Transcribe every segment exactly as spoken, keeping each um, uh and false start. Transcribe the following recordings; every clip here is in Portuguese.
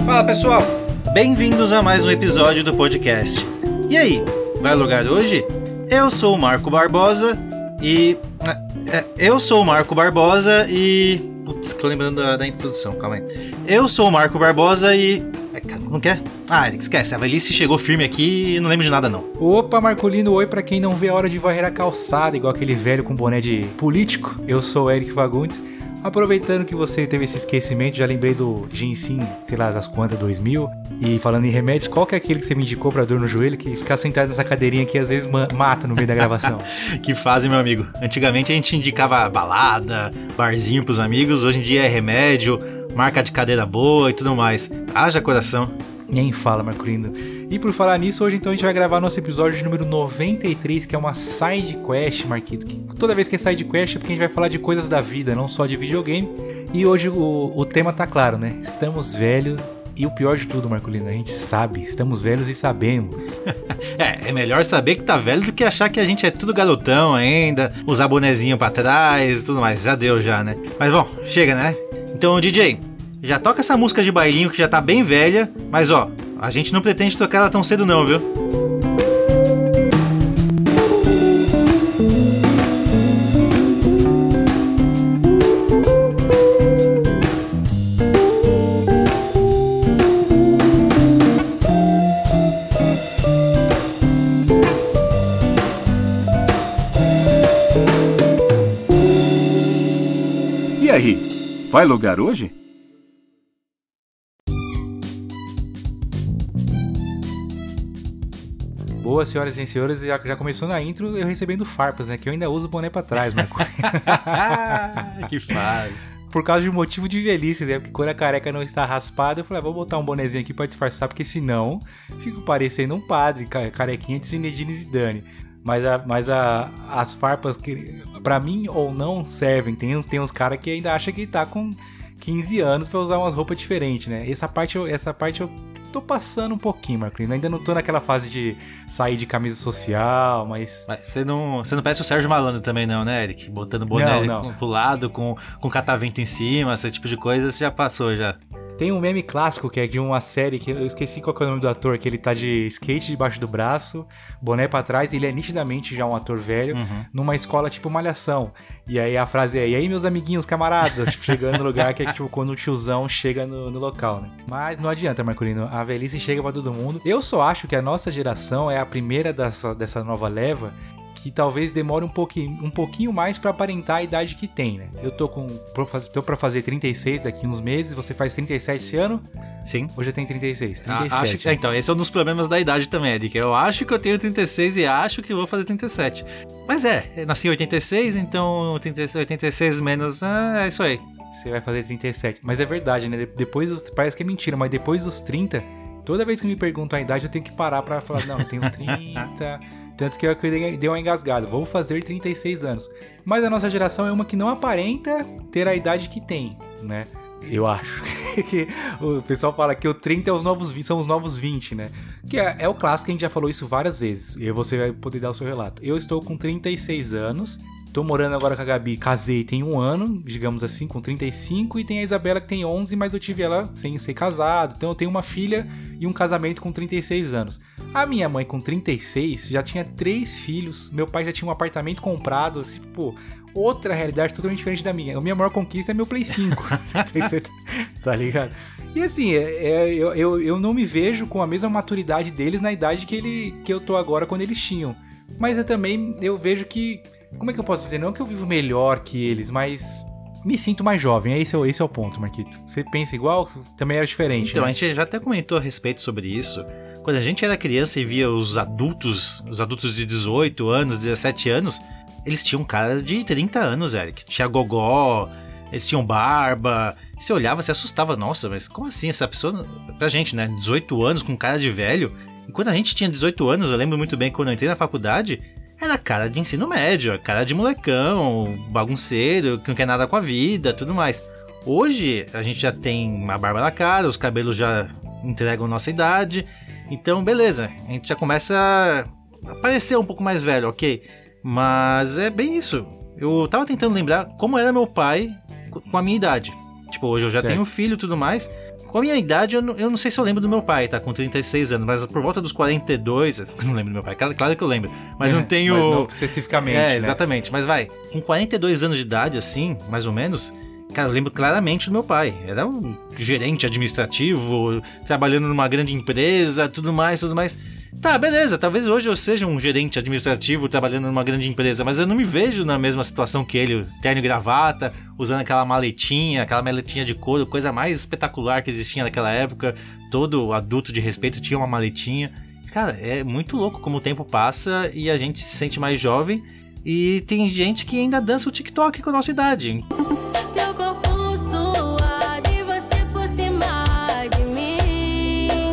Fala pessoal, bem-vindos a mais um episódio do podcast. E aí, vai logar hoje? Eu sou o Marco Barbosa e... É, eu sou o Marco Barbosa e... Putz, tô lembrando da, da introdução, calma aí. Eu sou o Marco Barbosa e... Como que é? Ah, esquece, a velhice chegou firme aqui e não lembro de nada não. Opa, Marcolino, oi pra quem não vê a hora de varrer a calçada, igual aquele velho com boné de político. Eu sou o Eric Fagundes. Aproveitando que você teve esse esquecimento, já lembrei do Ginseng, sei lá, das quantas, dois mil. E falando em remédios, qual que é aquele que você me indicou pra dor no joelho, que ficar sentado nessa cadeirinha aqui às vezes mata no meio da gravação? Que fase, meu amigo. Antigamente a gente indicava balada, barzinho pros amigos, hoje em dia é remédio, marca de cadeira boa e tudo mais. Haja coração. Nem fala, Marcolino. E por falar nisso, hoje então a gente vai gravar nosso episódio de número noventa e três, que é uma side quest, Marquito. Que toda vez que é side quest é porque a gente vai falar de coisas da vida, não só de videogame. E hoje o, o tema tá claro, né? Estamos velhos e o pior de tudo, Marcolino, a gente sabe, estamos velhos e sabemos. É, é melhor saber que tá velho do que achar que a gente é tudo garotão ainda, usar bonezinho pra trás e tudo mais. Já deu já, né? Mas bom, chega, né? Então, D J... já toca essa música de bailinho que já tá bem velha, mas ó, a gente não pretende tocar ela tão cedo não, viu? E aí, vai logar hoje? Boa, senhoras e senhores, já, já começou na intro eu recebendo farpas, né? Que eu ainda uso o boné pra trás, Marco. Que fase. Por causa de um motivo de velhice, né? Porque quando a careca não está raspada, eu falei, ah, vou botar um bonezinho aqui pra disfarçar, porque senão fico parecendo um padre, carequinha de Zinedine Zidane. Mas, a, mas a, as farpas, que pra mim ou não servem. Tem uns, tem uns caras que ainda acham que tá com quinze anos pra usar umas roupas diferentes, né? Essa parte eu, essa parte eu tô passando um pouquinho, Marcolino. Ainda não tô naquela fase de sair de camisa social, mas... Mas você não, você não parece o Sérgio Malandro também não, né, Eric? Botando boné não, não. pro lado, com, com catavento em cima, esse tipo de coisa, você já passou já. Tem um meme clássico que é de uma série que eu esqueci qual é o nome do ator, que ele tá de skate debaixo do braço, boné pra trás, ele é nitidamente já um ator velho, uhum. Numa escola tipo Malhação. E aí a frase é, e aí meus amiguinhos, camaradas, tipo, chegando no lugar que é tipo quando o tiozão chega no, no local, né? Mas não adianta, Marcolino, a velhice chega pra todo mundo. Eu só acho que a nossa geração é a primeira dessa, dessa nova leva que talvez demore um pouquinho, um pouquinho mais pra aparentar a idade que tem, né? Eu tô com tô pra fazer trinta e seis daqui uns meses, você faz trinta e sete esse ano? Sim. Hoje eu tenho trinta e seis, trinta e sete. Ah, acho que, é, então, esse é um dos problemas da idade também, Eric. Eu acho que eu tenho trinta e seis e acho que vou fazer trinta e sete. Mas é, eu nasci em oitenta e seis, então oitenta e seis menos, ah, é isso aí. Você vai fazer trinta e sete. Mas é verdade, né? Depois dos, parece que é mentira, mas depois dos trinta, toda vez que me perguntam a idade, eu tenho que parar pra falar, não, eu tenho trinta... Tanto que eu dei uma engasgada, vou fazer trinta e seis anos. Mas a nossa geração é uma que não aparenta ter a idade que tem, né? Eu acho que o pessoal fala que o trinta é os novos, são os novos vinte, né? Que é, é o clássico, a gente já falou isso várias vezes. E você vai poder dar o seu relato. Eu estou com trinta e seis anos, tô morando agora com a Gabi, casei tem um ano, digamos assim, com trinta e cinco. E tem a Isabela que tem onze, mas eu tive ela sem ser casado. Então eu tenho uma filha e um casamento com trinta e seis anos. A minha mãe com trinta e seis já tinha três filhos, meu pai já tinha um apartamento comprado, assim, pô, outra realidade totalmente diferente da minha. A minha maior conquista é meu Play cinco, tá ligado? E assim, é, é, eu, eu, eu não me vejo com a mesma maturidade deles na idade que, ele, que eu tô agora quando eles tinham. Mas eu também, eu vejo que, como é que eu posso dizer? Não que eu vivo melhor que eles, mas... me sinto mais jovem, esse é, esse é o ponto, Marquito. Você pensa igual? Também era diferente, então, né? A gente já até comentou a respeito sobre isso. Quando a gente era criança e via os adultos, os adultos de dezoito anos, dezessete anos, eles tinham cara de trinta anos, Eric. Tinha gogó, eles tinham barba. Você olhava, se assustava. Nossa, mas como assim essa pessoa... Pra gente, né? dezoito anos com cara de velho. E quando a gente tinha dezoito anos, eu lembro muito bem que quando eu entrei na faculdade... era cara de ensino médio, cara de molecão, bagunceiro, que não quer nada com a vida, tudo mais. Hoje, a gente já tem uma barba na cara, os cabelos já entregam nossa idade. Então, beleza, a gente já começa a parecer um pouco mais velho, ok? Mas é bem isso. Eu tava tentando lembrar como era meu pai com a minha idade. Tipo, hoje eu já certo. tenho filho e tudo mais. Com a minha idade, eu não, eu não sei se eu lembro do meu pai, tá? Com trinta e seis anos, mas por volta dos quarenta e dois... Eu não lembro do meu pai, claro, claro que eu lembro. Mas não tenho... Mas não especificamente, É, né? exatamente. Mas vai, com quarenta e dois anos de idade, assim, mais ou menos... Cara, eu lembro claramente do meu pai. Era um gerente administrativo, trabalhando numa grande empresa, tudo mais, tudo mais... Tá, beleza, talvez hoje eu seja um gerente administrativo trabalhando numa grande empresa, mas eu não me vejo na mesma situação que ele, terno e gravata, usando aquela maletinha, aquela maletinha de couro, coisa mais espetacular que existia naquela época. Todo adulto de respeito tinha uma maletinha. Cara, é muito louco como o tempo passa e a gente se sente mais jovem, e tem gente que ainda dança o TikTok com a nossa idade. Seu corpo suave, você por cima de mim.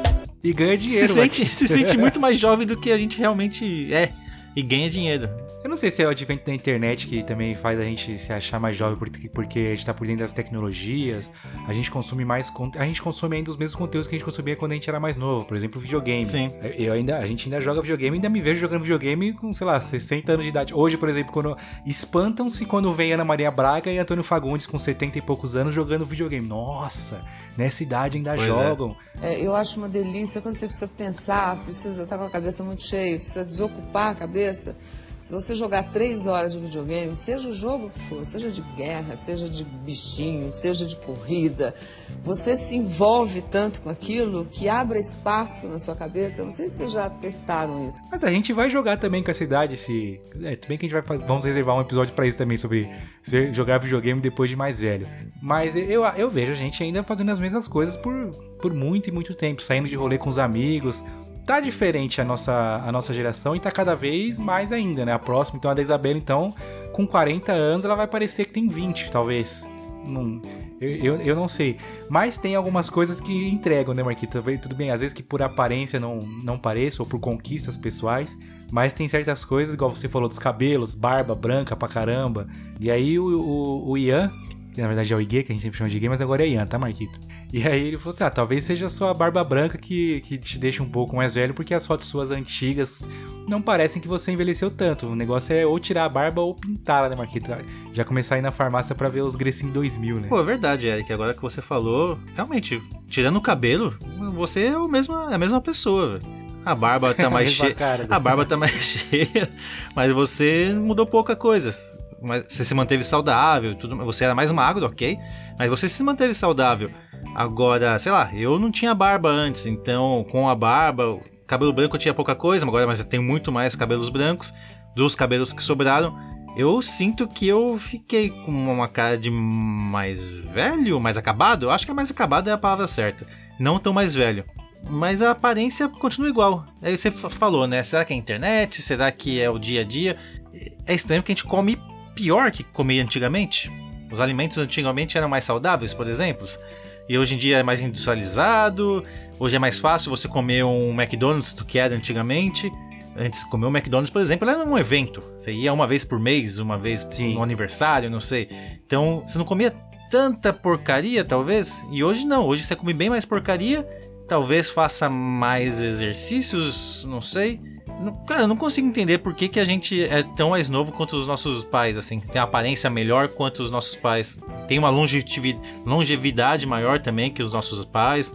E ganha dinheiro. Se sente, se sente muito mais jovem do que a gente realmente é. E ganha dinheiro. Eu não sei se é o advento da internet que também faz a gente se achar mais jovem porque, porque a gente tá por dentro das tecnologias, a gente consome mais, a gente consome ainda os mesmos conteúdos que a gente consumia quando a gente era mais novo, por exemplo, videogame. Sim. Eu ainda, a gente ainda joga videogame, ainda me vejo jogando videogame com, sei lá, sessenta anos de idade. Hoje, por exemplo, quando espantam-se quando vem Ana Maria Braga e Antônio Fagundes com setenta e poucos anos jogando videogame. Nossa, nessa idade ainda Pois jogam. É, eu acho uma delícia quando você precisa pensar, precisa estar com a cabeça muito cheia, precisa desocupar a cabeça. Se você jogar três horas de videogame, seja o jogo que for, seja de guerra, seja de bichinho, seja de corrida, você se envolve tanto com aquilo que abre espaço na sua cabeça. Eu não sei se vocês já testaram isso. Mas a gente vai jogar também com essa idade, se... É, tudo bem que a gente vai vamos reservar um episódio pra isso também, sobre jogar videogame depois de mais velho. Mas eu, eu vejo a gente ainda fazendo as mesmas coisas por, por muito e muito tempo, saindo de rolê com os amigos. Tá diferente a nossa, a nossa geração e tá cada vez mais ainda, né? A próxima, então, a da Isabela, então, com quarenta anos, ela vai parecer que tem vinte, talvez. Não, eu, eu, eu não sei. Mas tem algumas coisas que entregam, né, Marquito? Tudo bem, às vezes que por aparência não, não pareça, ou por conquistas pessoais, mas tem certas coisas, igual você falou, dos cabelos, barba branca pra caramba. E aí o, o, o Ian, que na verdade é o Iguê, que a gente sempre chama de Iguê, mas agora é Ian, tá, Marquito? E aí ele falou assim, ah, talvez seja a sua barba branca que, que te deixa um pouco mais velho, porque as fotos suas antigas não parecem que você envelheceu tanto. O negócio é ou tirar a barba ou pintá-la, né, Marquito? Já começar a ir na farmácia pra ver os Grecinho dois mil, né? Pô, é verdade, Eric. Agora que você falou, realmente, tirando o cabelo, você é, o mesmo, é a mesma pessoa, velho. A barba tá mais cheia. A barba tá mais cheia, mas você mudou pouca coisa. Mas você se manteve saudável, tudo, você era mais magro, ok? Mas você se manteve saudável. Agora, sei lá, eu não tinha barba antes, então com a barba, cabelo branco eu tinha pouca coisa, agora mas eu tenho muito mais cabelos brancos. Dos cabelos que sobraram, eu sinto que eu fiquei com uma cara de mais velho, mais acabado. Eu acho que é mais acabado é a palavra certa, não tão mais velho. Mas a aparência continua igual. Aí você falou, né? Será que é a internet? Será que é o dia a dia? É estranho que a gente come pior que comia antigamente. Os alimentos antigamente eram mais saudáveis, por exemplo. E hoje em dia é mais industrializado. Hoje é mais fácil você comer um McDonald's do que era antigamente. Antes, comer um McDonald's, por exemplo, era um evento. Você ia uma vez por mês, uma vez Sim. no aniversário, não sei. Então, você não comia tanta porcaria, talvez. E hoje não. Hoje você come bem mais porcaria. Talvez faça mais exercícios, não sei. Cara, eu não consigo entender por que, que a gente é tão mais novo quanto os nossos pais, assim. Tem uma aparência melhor quanto os nossos pais. Tem uma longevidade maior também que os nossos pais.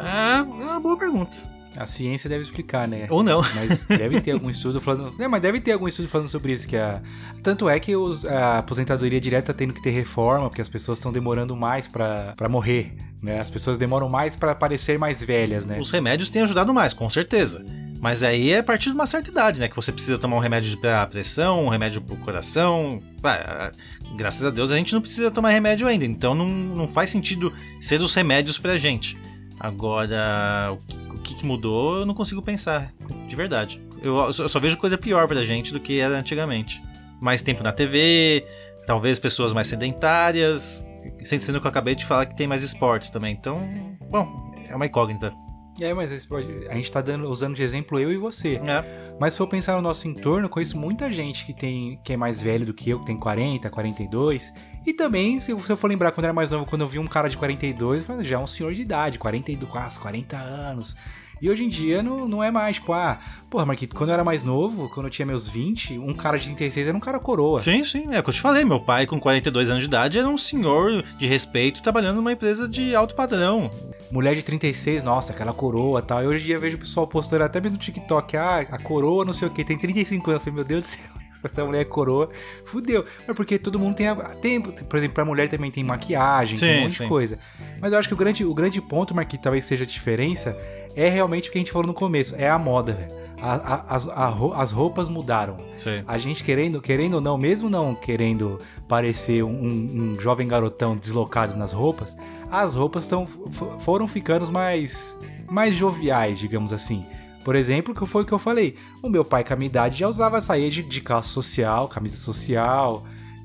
É uma boa pergunta. A ciência deve explicar, né? Ou não. Mas deve ter algum estudo falando... É, mas deve ter algum estudo falando sobre isso, que a... Tanto é que os, a aposentadoria direta tá tendo que ter reforma, porque as pessoas estão demorando mais pra, pra morrer, né? As pessoas demoram mais pra parecer mais velhas, né? Os remédios têm ajudado mais, com certeza. Mas aí é a partir de uma certa idade, né? Que você precisa tomar um remédio pra pressão, um remédio pro coração. Ah, graças a Deus a gente não precisa tomar remédio ainda, então não, não faz sentido ser os remédios pra gente. Agora, o que, o que mudou eu não consigo pensar, de verdade. Eu, eu só vejo coisa pior pra gente do que era antigamente. Mais tempo na T V, talvez pessoas mais sedentárias, sendo que eu acabei de falar que tem mais esportes também. Então, bom, é uma incógnita. É, mas a gente tá dando, usando de exemplo eu e você. É. Mas se for pensar no nosso entorno, eu conheço muita gente que, tem, que é mais velho do que eu, que tem quarenta, quarenta e dois. E também, se eu for lembrar, quando eu era mais novo, quando eu vi um cara de quarenta e dois, eu falei, já é um senhor de idade, quarenta e dois, quase quarenta anos. E hoje em dia não, não é mais, tipo, ah, porra, Marquito, quando eu era mais novo, quando eu tinha meus vinte, um cara de trinta e seis era um cara coroa. Sim, sim, é o que eu te falei, meu pai com quarenta e dois anos de idade era um senhor de respeito trabalhando numa empresa de alto padrão. Mulher de trinta e seis, nossa, aquela coroa e tal. E hoje em dia eu vejo o pessoal postando até mesmo no TikTok, ah, a coroa não sei o que, tem trinta e cinco anos. Eu falei, meu Deus do céu, essa mulher é coroa, fudeu. Mas porque todo mundo tem, a, tem, por exemplo, pra mulher também tem maquiagem, Sim, tem um monte sim. de coisa. Mas eu acho que o grande, o grande ponto, Marquinhos, talvez seja a diferença, é realmente o que a gente falou no começo, é a moda, velho. A, a, as, a, as roupas mudaram. Sim. A gente querendo, querendo ou não, mesmo não querendo parecer um, um jovem garotão deslocado nas roupas, as roupas tão, foram ficando mais, mais joviais, digamos assim. Por exemplo, que foi o que eu falei. O meu pai, com a minha idade, já usava saia de, de calça social, camisa social.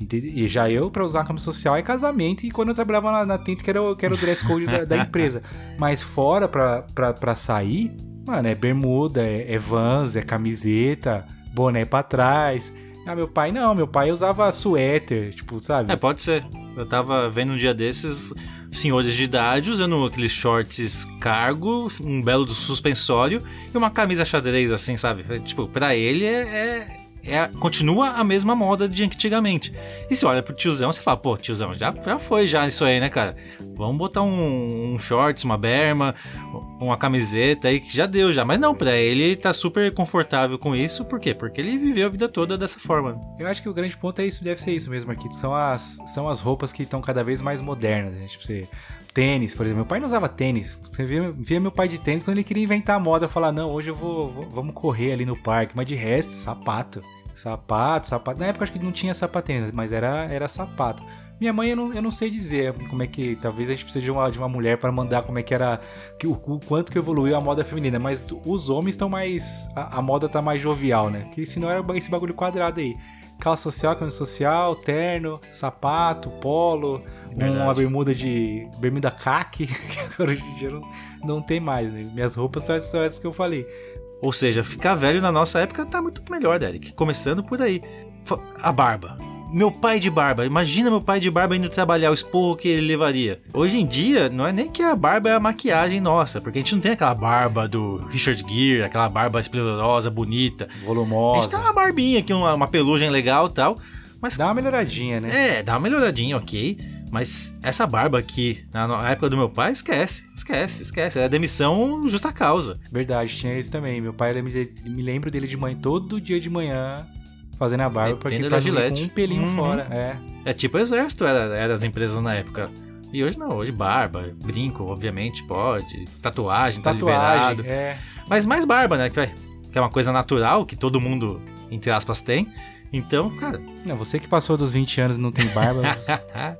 E já eu, pra usar a camisa social, é casamento. E quando eu trabalhava na, na Tento, que era, o- que era o dress code da, da empresa. Mas fora pra, pra, pra sair, mano, é bermuda, é, é Vans, é camiseta, boné pra trás. Ah, meu pai não, meu pai usava suéter, tipo, sabe? É, pode ser. Eu tava vendo um dia desses senhores de idade usando aqueles shorts cargo, um belo do suspensório e uma camisa xadrez assim, sabe? Tipo, pra ele é... é... É, continua a mesma moda de antigamente. E se olha pro tiozão, você fala, pô, tiozão, já, já foi já isso aí, né, cara? Vamos botar um, um shorts, uma berma, uma camiseta aí, que já deu já. Mas não, pra ele tá super confortável com isso. Por quê? Porque ele viveu a vida toda dessa forma. Eu acho que o grande ponto é isso, deve ser isso mesmo, Marquito. São as, são as roupas que estão cada vez mais modernas, né? Tipo, você... Tênis, por exemplo. Meu pai não usava tênis. Você via, via meu pai de tênis quando ele queria inventar a moda. Falar, não, hoje eu vou, vou... Vamos correr ali no parque. Mas de resto, sapato. Sapato, sapato. Na época acho que não tinha sapatênis, mas era, era sapato. Minha mãe, eu não, eu não sei dizer como é que... Talvez a gente precise de uma, de uma mulher para mandar como é que era... Que, o, o quanto que evoluiu a moda feminina. Mas os homens estão mais... A, a moda tá mais jovial, né? Porque senão era esse bagulho quadrado aí. Calça social, camisa social, terno, sapato, polo... Verdade. Uma bermuda de... Bermuda caque, que agora hoje em dia não, não tem mais, né? Minhas roupas são essas, são essas que eu falei. Ou seja, ficar velho na nossa época tá muito melhor, Derek. Começando por aí. A barba. Meu pai de barba. Imagina meu pai de barba indo trabalhar, o esporro que ele levaria. Hoje em dia, não é nem que a barba é a maquiagem nossa, porque a gente não tem aquela barba do Richard Gere, aquela barba esplendorosa, bonita. A Volumosa. gente tem uma barbinha aqui, uma, uma pelugem legal e tal. Mas Dá uma melhoradinha, né? é, dá uma melhoradinha, ok. Mas essa barba aqui, na época do meu pai, esquece, esquece, esquece. É demissão justa causa. Verdade, tinha isso também. Meu pai, eu me, me lembro dele de manhã, todo dia de manhã, fazendo a barba, porque Metendo tá ele a com Gillette. um pelinho Uhum. fora. É. É tipo exército, era, era as empresas na época. E hoje não, hoje barba, brinco, obviamente pode. Tatuagem, tá Tatuagem, liberado. é. Mas mais barba, né? Que vai- que é uma coisa natural, que todo mundo, entre aspas, tem. Então, cara, Não, você que passou dos vinte anos e não tem barba... você-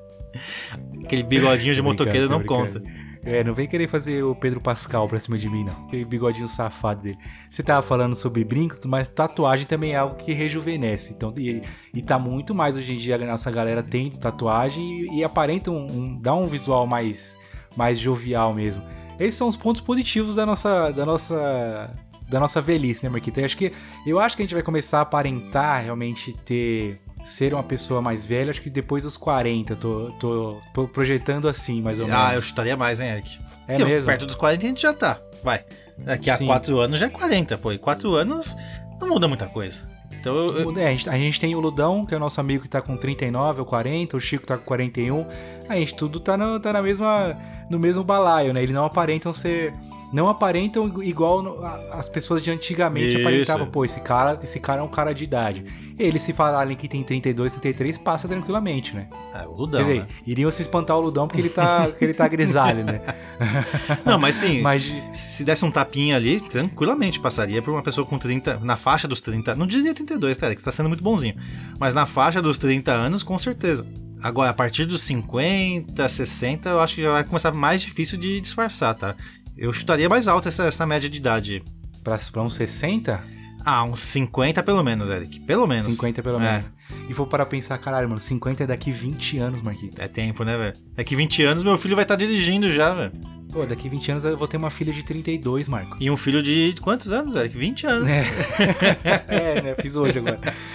aquele bigodinho de Tô brincando, motoqueiro tô não brincando. conta. É, não vem querer fazer o Pedro Pascal pra cima de mim, não. Aquele bigodinho safado dele. Você tava falando sobre brinco, mas tatuagem também é algo que rejuvenesce. Então, e, e tá muito mais hoje em dia, a nossa galera tem tatuagem e, e aparenta um, um- dá um visual mais, mais jovial mesmo. Esses são os pontos positivos da nossa, da nossa, da nossa velhice, né, Marquito? Eu acho que, eu acho que a gente vai começar a aparentar realmente ter... Ser uma pessoa mais velha, acho que depois dos quarenta, tô, tô, tô projetando assim, mais ou menos. Ah, eu chutaria mais, hein, Eric? É Porque mesmo? perto dos quarenta a gente já tá. Vai. Daqui a Sim. quatro anos já é quarenta, pô. E quatro anos não muda muita coisa. Então eu, eu- É, a, gente, a gente tem o Ludão, que é o nosso amigo que tá com trinta e nove ou quarenta, o Chico tá com quarenta e um. A gente tudo tá, no, tá na mesma, no mesmo balaio, né? Eles não aparentam ser... Não aparentam igual no- a- as pessoas de antigamente Isso. aparentavam. Pô, esse cara, esse cara é um cara de idade. Eles, se falarem que tem trinta e dois, trinta e três, passa tranquilamente, né? Ah, o Ludão, Quer dizer, né? iriam se espantar o Ludão porque ele tá, porque ele tá grisalho, né? Não, mas sim, Mas... se desse um tapinha ali, tranquilamente passaria por uma pessoa com trinta, na faixa dos trinta, não diria trinta e dois, tá, Eric? Você tá sendo muito bonzinho. Mas na faixa dos trinta anos, com certeza. Agora, a partir dos cinquenta, sessenta, eu acho que já vai começar mais difícil de disfarçar, tá? Eu chutaria mais alto essa, essa média de idade. Pra, pra uns sessenta? Ah, uns cinquenta pelo menos, Eric. Pelo menos. cinquenta pelo É. menos. E for para pensar, caralho, mano, cinquenta é daqui vinte anos, Marquito. É tempo, né, velho? Daqui vinte anos meu filho vai estar dirigindo já, velho. Pô, daqui vinte anos eu vou ter uma filha de trinta e dois, Marco. E um filho de quantos anos, Eric? vinte anos. É, né? Fiz hoje agora.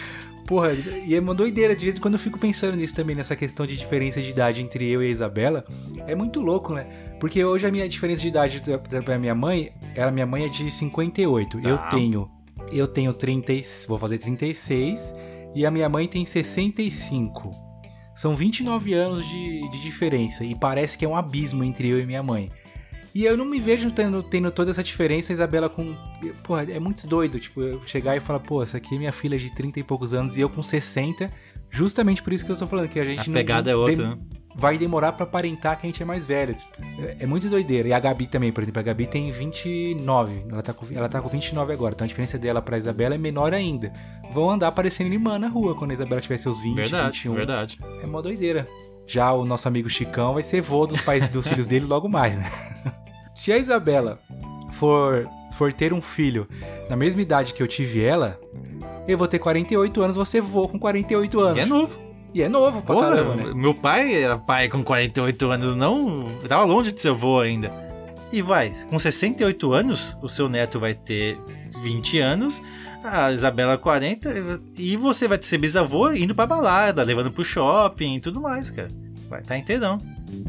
Porra, e é uma doideira. De vez em quando eu fico pensando nisso também, nessa questão de diferença de idade entre eu e a Isabela. É muito louco, né? Porque hoje a minha diferença de idade pra minha mãe, ela, minha mãe é de cinquenta e oito. Tá. Eu tenho, eu tenho trinta, vou fazer trinta e seis, e a minha mãe tem sessenta e cinco. São vinte e nove anos de, de diferença, e parece que é um abismo entre eu e minha mãe. E eu não me vejo tendo, tendo toda essa diferença, a Isabela com... Porra, é muito doido, tipo, eu chegar e falar, pô, essa aqui é minha filha de trinta e poucos anos e eu com sessenta, justamente por isso que eu tô falando, que a gente A não... pegada não é outra, tem, né? Vai demorar pra aparentar que a gente é mais velho. É, é muito doideira. E a Gabi também, por exemplo, a Gabi tem vinte e nove, ela tá, com, ela tá com vinte e nove agora, então a diferença dela pra Isabela é menor ainda. Vão andar parecendo irmã na rua quando a Isabela tiver seus vinte, Verdade, vinte e um. verdade. É mó doideira. Já o nosso amigo Chicão vai ser vô dos pais dos filhos dele logo mais, né? Se a Isabela for, for ter um filho na mesma idade que eu tive ela, eu vou ter quarenta e oito anos, você vô com quarenta e oito anos. E é novo. E é novo pra Porra, caramba, né? meu pai era pai com quarenta e oito anos, não... Tava longe de ser vô ainda. E vai, com sessenta e oito anos, o seu neto vai ter vinte anos, a Isabela quarenta, e você vai ser bisavô indo pra balada, levando pro shopping e tudo mais, cara. Vai estar inteirão.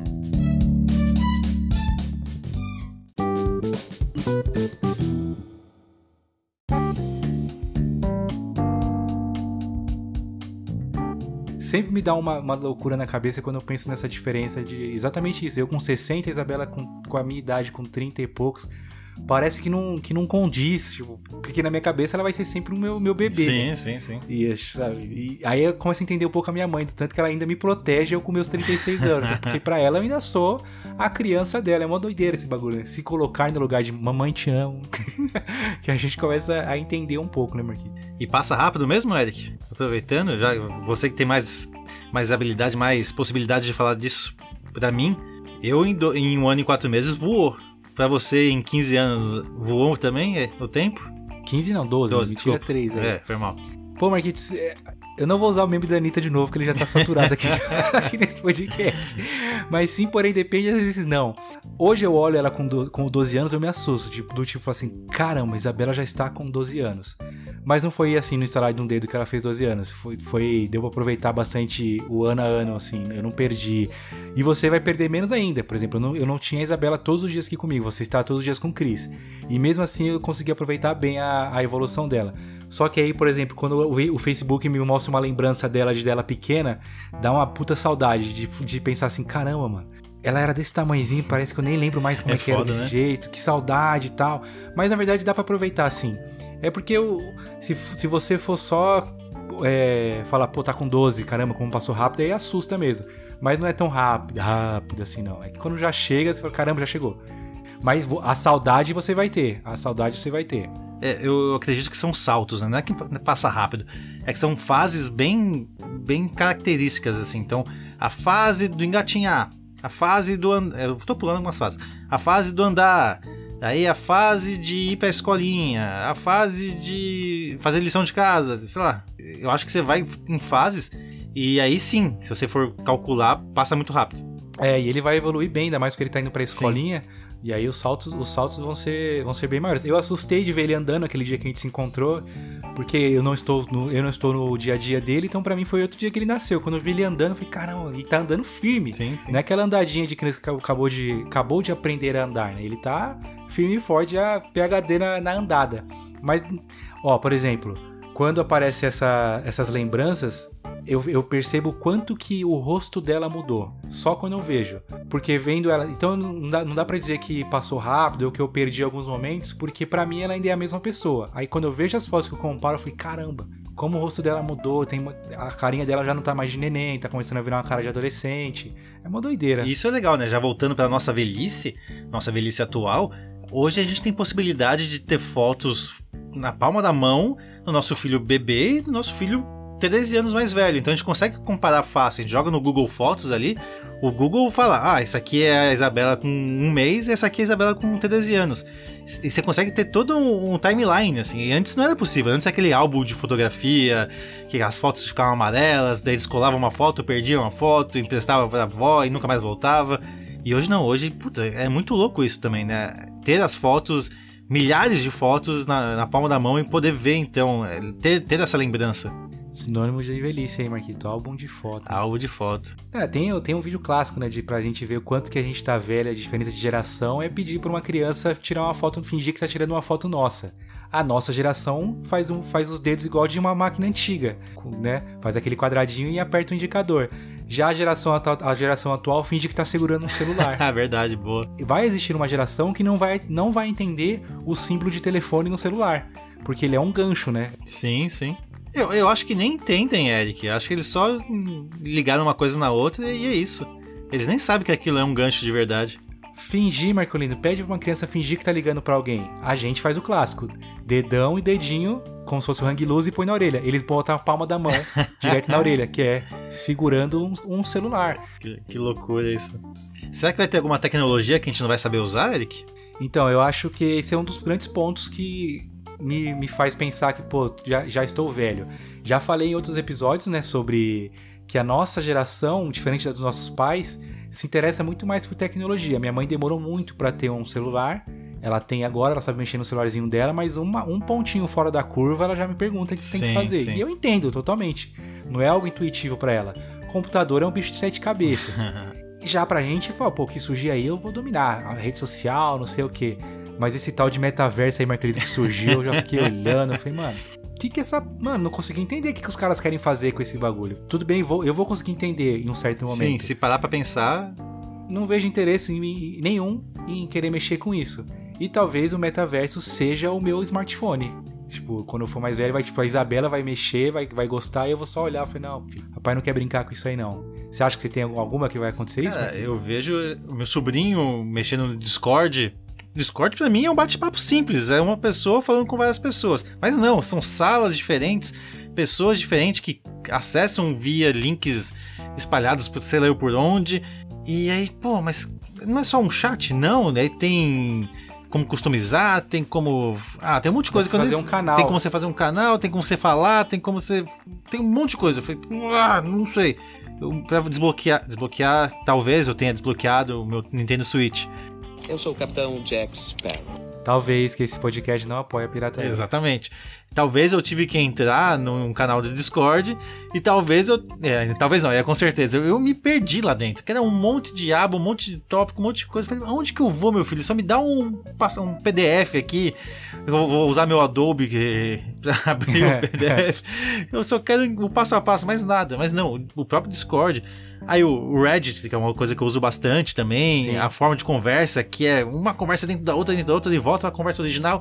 Sempre me dá uma, uma loucura na cabeça quando eu penso nessa diferença de exatamente isso. Eu com sessenta, a Isabela com, com a minha idade, com trinta e poucos. Parece que não, que não condiz, tipo, porque na minha cabeça ela vai ser sempre o meu, meu bebê. Sim, né? sim, sim. E, sabe, e aí eu começo a entender um pouco a minha mãe, do tanto que ela ainda me protege eu com meus trinta e seis anos. Né? Porque pra ela eu ainda sou a criança dela. É uma doideira esse bagulho, né? Se colocar no lugar de mamãe te amo. Que a gente começa a entender um pouco, né, Marquinhos? E passa rápido mesmo, Eric? Aproveitando, já você que tem mais, mais habilidade, mais possibilidade de falar disso pra mim, eu em, do, em um ano e quatro meses voou. Pra você em quinze anos voou também é, o tempo? quinze não, doze, doze me tira desculpa. três aí. É, foi mal. Pô, Marquitos, eu não vou usar o meme da Anitta de novo, porque ele já tá saturado aqui, aqui nesse podcast. Mas sim, porém, depende, às vezes não. Hoje eu olho ela com, do, com doze anos, eu me assusto, tipo, do tipo assim, caramba, Isabela já está com doze anos. Mas não foi assim no instalar de um dedo que ela fez doze anos. Foi, foi, deu pra aproveitar bastante o ano a ano, assim, eu não perdi. E você vai perder menos ainda. Por exemplo, eu não, eu não tinha a Isabela todos os dias aqui comigo, você está todos os dias com o Cris. E mesmo assim eu consegui aproveitar bem a, a evolução dela. Só que aí, por exemplo, quando o, o Facebook me mostra uma lembrança dela de dela pequena, dá uma puta saudade de, de pensar assim, caramba, mano. Ela era desse tamanhozinho, parece que eu nem lembro mais como é, é que foda, era desse né? jeito, que saudade e tal. Mas na verdade dá pra aproveitar assim. É porque eu, se, se você for só é, falar, pô, tá com doze, caramba, como passou rápido, aí assusta mesmo. Mas não é tão rápido, rápido assim não. É que quando já chega, você fala, caramba, já chegou. Mas a saudade você vai ter, a saudade você vai ter. É, eu acredito que são saltos, né? Não é que passa rápido, é que são fases bem, bem características, assim. Então, a fase do engatinhar, a fase do... And... Eu tô pulando algumas fases. A fase do andar... Aí a fase de ir pra escolinha, a fase de fazer lição de casa, sei lá. Eu acho que você vai em fases e aí sim, se você for calcular, passa muito rápido. É, e ele vai evoluir bem, ainda mais porque ele tá indo pra escolinha. Sim. E aí os saltos, os saltos vão ser, vão ser bem maiores. Eu assustei de ver ele andando aquele dia que a gente se encontrou, porque eu não estou no, eu não estou no dia a dia dele, então pra mim foi outro dia que ele nasceu. Quando eu vi ele andando, eu falei, caramba, ele tá andando firme. Sim, sim. Não é aquela andadinha de criança que acabou de, acabou de aprender a andar, né? Ele tá firme e forte, a P H D na, na andada. Mas, ó, por exemplo, quando aparecem essa, essas lembranças, eu, eu percebo o quanto que o rosto dela mudou. Só quando eu vejo. Porque vendo ela... Então não dá, não dá pra dizer que passou rápido ou que eu perdi alguns momentos, porque pra mim ela ainda é a mesma pessoa. Aí quando eu vejo as fotos que eu comparo, eu falei, caramba, como o rosto dela mudou, tem uma, a carinha dela já não tá mais de neném, tá começando a virar uma cara de adolescente. É uma doideira. Isso é legal, né? Já voltando pra nossa velhice, nossa velhice atual, hoje a gente tem possibilidade de ter fotos na palma da mão do nosso filho bebê e do nosso filho treze anos mais velho. Então a gente consegue comparar fácil. A gente joga no Google Fotos ali, o Google fala, ah, essa aqui é a Isabela com um mês e essa aqui é a Isabela com treze anos. E você consegue ter todo um, um timeline, assim. E antes não era possível. Antes aquele álbum de fotografia, que as fotos ficavam amarelas, daí eles colavam uma foto, perdiam uma foto, emprestavam pra avó e nunca mais voltava. E hoje não, hoje, puta, é muito louco isso também, né? Ter as fotos, milhares de fotos na, na palma da mão e poder ver, então, ter, ter essa lembrança. Sinônimo de velhice aí, Marquito. Álbum de foto. Álbum de foto. É, tem, tem um vídeo clássico, né, de, pra gente ver o quanto que a gente tá velho, a diferença de geração, é pedir pra uma criança tirar uma foto, fingir que tá tirando uma foto nossa. A nossa geração faz, um, faz os dedos igual de uma máquina antiga, né? Faz aquele quadradinho e aperta o indicador. Já a geração, a geração atual finge que tá segurando um celular. Ah, verdade, boa. Vai existir uma geração que não vai, não vai entender o símbolo de telefone no celular, porque ele é um gancho, né? Sim, sim. Eu, eu acho que nem entendem, Eric. Eu acho que eles só ligaram uma coisa na outra e é isso. Eles nem sabem que aquilo é um gancho de verdade. Fingir, Marcolino, pede pra uma criança fingir que tá ligando pra alguém. A gente faz o clássico. Dedão e dedinho, como se fosse o hang loose, e põe na orelha. Eles botam a palma da mão direto na orelha, que é segurando um, um celular. Que, que loucura isso. Será que vai ter alguma tecnologia que a gente não vai saber usar, Eric? Então, eu acho que esse é um dos grandes pontos que me, me faz pensar que, pô, já, já estou velho. Já falei em outros episódios, né, sobre que a nossa geração, diferente da dos nossos pais, se interessa muito mais por tecnologia. Minha mãe demorou muito pra ter um celular. Ela tem agora, ela sabe mexer no celularzinho dela, mas uma, um pontinho fora da curva ela já me pergunta o que Sim, tem que fazer. sim. E eu entendo totalmente. Não é algo intuitivo pra ela. Computador é um bicho de sete cabeças. Já pra gente, fala, pô, o que surgir aí eu vou dominar. A rede social, não sei o quê. Mas esse tal de metaverso aí, Marquelito, que surgiu, eu já fiquei olhando. Eu falei, mano, o que que essa... Mano, não consegui entender o que que os caras querem fazer com esse bagulho. Tudo bem, vou, eu vou conseguir entender em um certo momento. Sim, se parar pra pensar... Não vejo interesse em, em, nenhum em querer mexer com isso. E talvez o metaverso seja o meu smartphone. Tipo, quando eu for mais velho, vai, tipo, a Isabela vai mexer, vai, vai gostar, e eu vou só olhar e falar, não, filho, papai não quer brincar com isso aí, não. Você acha que você tem alguma que vai acontecer isso? Cara, eu vejo o meu sobrinho mexendo no Discord. Discord pra mim é um bate-papo simples, é uma pessoa falando com várias pessoas. Mas não, são salas diferentes, pessoas diferentes que acessam via links espalhados por sei lá por onde. E aí, pô, mas não é só um chat, não, aí tem como customizar, tem como... Ah, tem um monte de coisa que eu fazer nem... um canal. Tem como você fazer um canal, tem como você falar, tem como você... Tem um monte de coisa. Eu falei, ah, não sei. Eu, pra desbloquear, desbloquear, talvez eu tenha desbloqueado o meu Nintendo Switch. Eu sou o Capitão Jack Sparrow. Talvez que esse podcast não apoie a pirataria. Exatamente. Talvez eu tive que entrar num canal do Discord e talvez eu... É, talvez não, é com certeza. Eu, eu me perdi lá dentro. Que era um monte de aba, um monte de tópico, um monte de coisa. Eu falei, aonde que eu vou, meu filho? Só me dá um, um P D F aqui. Eu vou usar meu Adobe que, pra abrir o P D F. Eu só quero o passo a passo, mais nada. Mas não, o próprio Discord... Aí o Reddit, que é uma coisa que eu uso bastante também, Sim. a forma de conversa, que é uma conversa dentro da outra, dentro da outra, de volta à conversa original.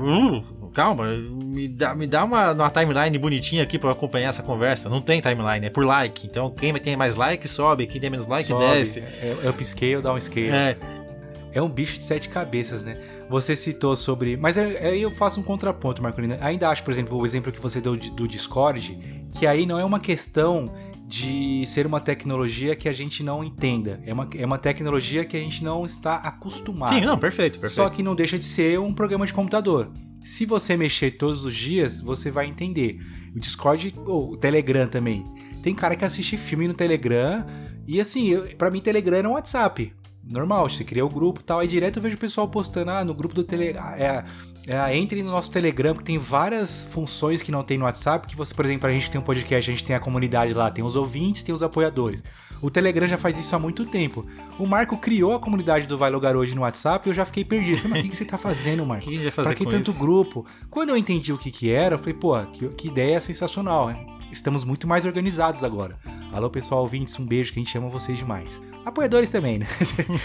Uh, calma, me dá, me dá uma, uma timeline bonitinha aqui pra eu acompanhar essa conversa. Não tem timeline, é por like. Então quem tem mais like sobe, quem tem menos like sobe. desce. É, é upscale, downscale. É. É um bicho de sete cabeças, né? Você citou sobre... Mas aí eu faço um contraponto, Marcolina. Ainda acho, por exemplo, o exemplo que você deu de, do Discord, que aí não é uma questão de ser uma tecnologia que a gente não entenda. É uma, é uma tecnologia que a gente não está acostumado. Sim, não, perfeito, perfeito. Só que não deixa de ser um programa de computador. Se você mexer todos os dias, você vai entender. O Discord, ou o Telegram também. Tem cara que assiste filme no Telegram e assim, eu, pra mim Telegram é um WhatsApp. Normal, você cria o grupo e tal, aí direto eu vejo o pessoal postando, ah, no grupo do Telegram, é, é, entre no nosso Telegram, porque tem várias funções que não tem no WhatsApp, que você, por exemplo, a gente tem um podcast, a gente tem a comunidade lá, tem os ouvintes, tem os apoiadores. O Telegram já faz isso há muito tempo. O Marco criou a comunidade do Vai Logar Hoje no WhatsApp e eu já fiquei perdido. Falei, mas o que, que você tá fazendo, Marco? Que que fazer pra que com tanto isso? grupo? Quando eu entendi o que que era, eu falei, pô, que, que ideia sensacional, né? Estamos muito mais organizados agora. Alô, pessoal ouvintes, um beijo, que a gente ama vocês demais. Apoiadores também, né?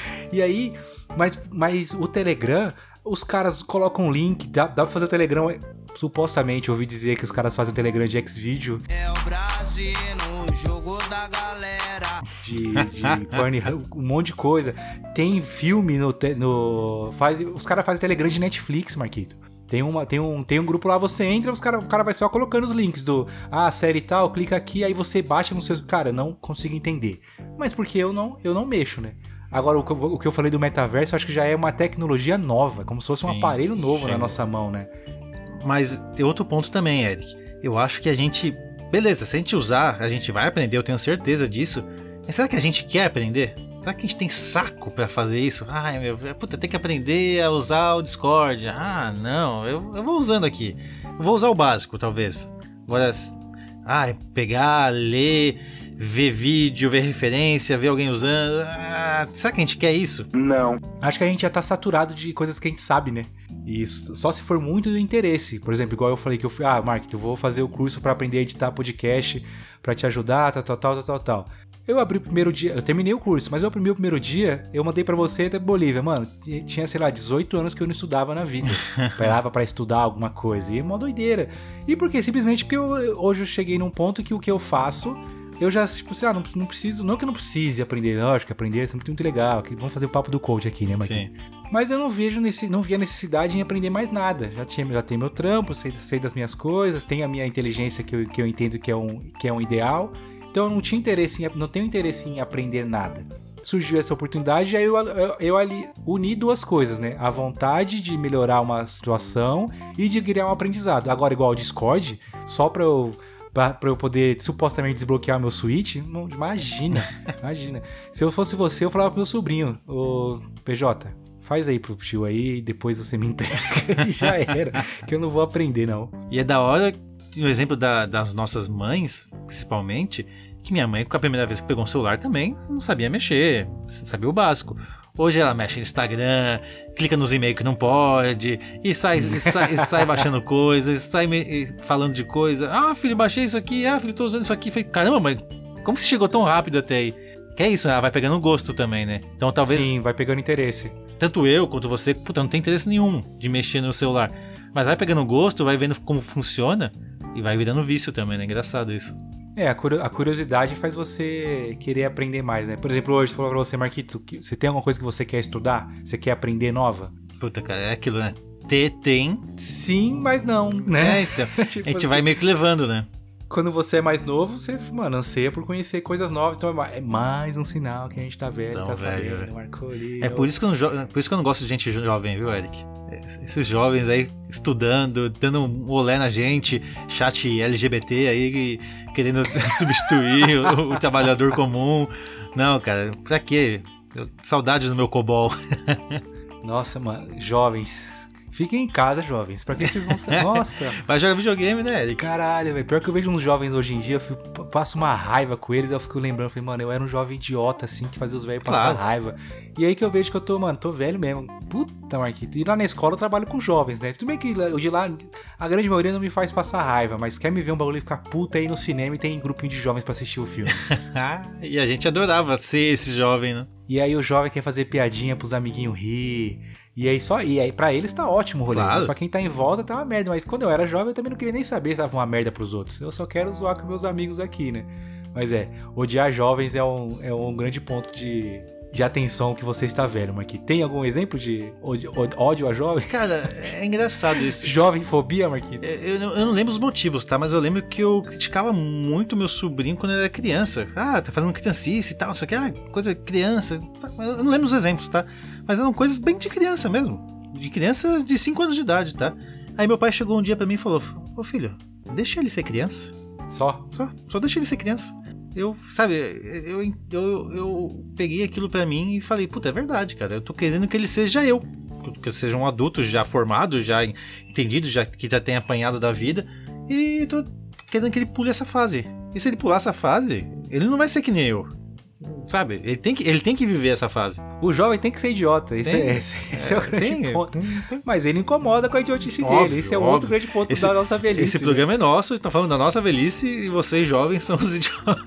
E aí, mas, mas o Telegram, os caras colocam link, dá, dá pra fazer o Telegram, supostamente, eu ouvi dizer que os caras fazem o Telegram de Xvideo. É o Brasil no jogo da galera. De, de Pornhub, um monte de coisa. Tem filme no... no faz, os caras fazem Telegram de Netflix, Marquito. Tem, uma, tem, um, tem um grupo lá, você entra, os cara, o cara vai só colocando os links do ah, série e tal, clica aqui, aí você baixa no seu... Cara, não consigo entender. Mas porque eu não, eu não mexo, né? Agora, o, o que eu falei do metaverso, eu acho que já é uma tecnologia nova, como se fosse Sim, um aparelho novo chega. na nossa mão, né? Mas tem outro ponto também, Eric. Eu acho que a gente... Beleza, se a gente usar, a gente vai aprender, eu tenho certeza disso. Mas será que a gente quer aprender? Será que a gente tem saco pra fazer isso? Ai, meu, puta, tem que aprender a usar o Discord. Ah, não, eu, eu vou usando aqui. Eu vou usar o básico, talvez. Agora, Ah, é pegar, ler, ver vídeo, ver referência, ver alguém usando. Ah, será que a gente quer isso? Não. Acho que a gente já tá saturado de coisas que a gente sabe, né? E só se for muito do interesse. Por exemplo, igual eu falei que eu fui, ah, Mark, eu vou fazer o curso pra aprender a editar podcast, pra te ajudar, tal, tal, tal, tal, tal, tal. Eu abri o primeiro dia, eu terminei o curso, mas eu abri o primeiro dia, eu mandei pra você até Bolívia, mano, tinha, sei lá, dezoito anos que eu não estudava na vida. Esperava pra estudar alguma coisa, e é mó doideira. E por quê? Simplesmente porque eu, hoje eu cheguei num ponto que o que eu faço, eu já, tipo assim, ah, não, não preciso, não que eu não precise aprender, lógico que aprender é sempre muito legal, que vamos fazer o papo do coach aqui, né, Marquinhos? Sim. Mas eu não vejo, nesse, não via necessidade em aprender mais nada. Já, tinha, já tenho meu trampo, sei, sei das minhas coisas, tenho a minha inteligência que eu, que eu entendo que é, um, que é um ideal. Então eu não tinha interesse em, não tenho interesse em aprender nada. Surgiu essa oportunidade e aí eu, eu, eu ali uni duas coisas, né? A vontade de melhorar uma situação e de criar um aprendizado. Agora, igual o Discord, só pra eu, pra, pra eu poder supostamente desbloquear meu Switch, não, imagina, imagina. Se eu fosse você, eu falava pro meu sobrinho, ô P J, faz aí pro tio aí e depois você me entrega e já era, que eu não vou aprender não. E é da hora, o exemplo da, das nossas mães, principalmente, que minha mãe, com a primeira vez que pegou um celular também, não sabia mexer, sabia o básico. Hoje ela mexe no Instagram, clica nos e-mails que não pode, e sai, e sai, e sai baixando coisas, sai me, falando de coisa. Ah, filho, baixei isso aqui, ah, filho, tô usando isso aqui. Falei, caramba, mãe, como você chegou tão rápido até aí? Que é isso, ela vai pegando gosto também, né? Então talvez... Sim, vai pegando interesse. Tanto eu quanto você, puta, não tem interesse nenhum de mexer no celular. Mas vai pegando gosto, vai vendo como funciona e vai virando vício também, né? Engraçado isso. É, a curiosidade faz você querer aprender mais, né? Por exemplo, hoje, se for pra você, Marquito, você tem alguma coisa que você quer estudar? Você quer aprender nova? Puta, cara, é aquilo, né? Ter, tem. Sim, mas não, né? É, então. Tipo a gente assim, vai meio que levando, né? Quando você é mais novo, você, mano, anseia por conhecer coisas novas. Então é mais um sinal que a gente tá velho, Então, tá velho, sabendo, velho. Marco ali. É por isso, que eu não, jo- por isso que eu não gosto de gente jovem, viu, Eric? Esses jovens aí estudando, dando um olé na gente, chat L G B T aí, querendo substituir o, o trabalhador comum. Não, cara, pra quê? Eu, saudade do meu COBOL. Nossa, mano, jovens. Fiquem em casa, jovens. Pra que vocês vão ser? Nossa. Vai jogar videogame, né, Eric? Caralho, velho. Pior que eu vejo uns jovens hoje em dia, eu fico, passo uma raiva com eles, eu fico lembrando, eu falei, mano, eu era um jovem idiota, assim, que fazia os velhos passar Claro. raiva. E aí que eu vejo que eu tô, mano, tô velho mesmo. Puta, Marquito. E lá na escola eu trabalho com jovens, né? Tudo bem que o de lá, a grande maioria não me faz passar raiva, mas quer me ver um bagulho e ficar puta aí no cinema e tem grupinho de jovens pra assistir o filme. E a gente adorava ser esse jovem, né? E aí o jovem quer fazer piadinha pros amiguinhos rir. E aí só. E aí pra eles tá ótimo o rolê. Claro. Pra quem tá em volta tá uma merda. Mas quando eu era jovem eu também não queria nem saber se tava uma merda pros outros. Eu só quero zoar com meus amigos aqui, né? Mas é, odiar jovens é um, é um grande ponto de, de atenção que você está velho, Marquinhos. Tem algum exemplo de ódio, ódio a jovem? Cara, é engraçado isso. Jovem fobia, Marquinhos? Eu, eu não- eu não lembro os motivos, tá? Mas eu lembro que eu criticava muito meu sobrinho quando ele era criança. Ah, tá fazendo criancice e tal, isso aqui, ah, coisa criança. Eu não lembro os exemplos, tá? Mas eram coisas bem de criança mesmo. De criança de cinco anos de idade, tá? Aí meu pai chegou um dia pra mim e falou: Ô filho, deixa ele ser criança. Só? Só, só deixa ele ser criança. Eu, sabe, eu, eu, eu peguei aquilo pra mim e falei, puta, é verdade, cara. Eu tô querendo que ele seja eu. Que eu seja um adulto já formado, já entendido, já, que já tenha apanhado da vida. E tô querendo que ele pule essa fase. E se ele pular essa fase, ele não vai ser que nem eu. Sabe? Ele tem que, ele tem que viver essa fase. O jovem tem que ser idiota. Esse, Tem. é, esse, esse é, o grande Tem, ponto. tem, tem. Mas ele incomoda com a idiotice Óbvio, dele. Esse é um óbvio. outro grande ponto Esse- da nossa velhice. Esse né? programa é nosso, tá falando da nossa velhice e vocês jovens são os idiotas.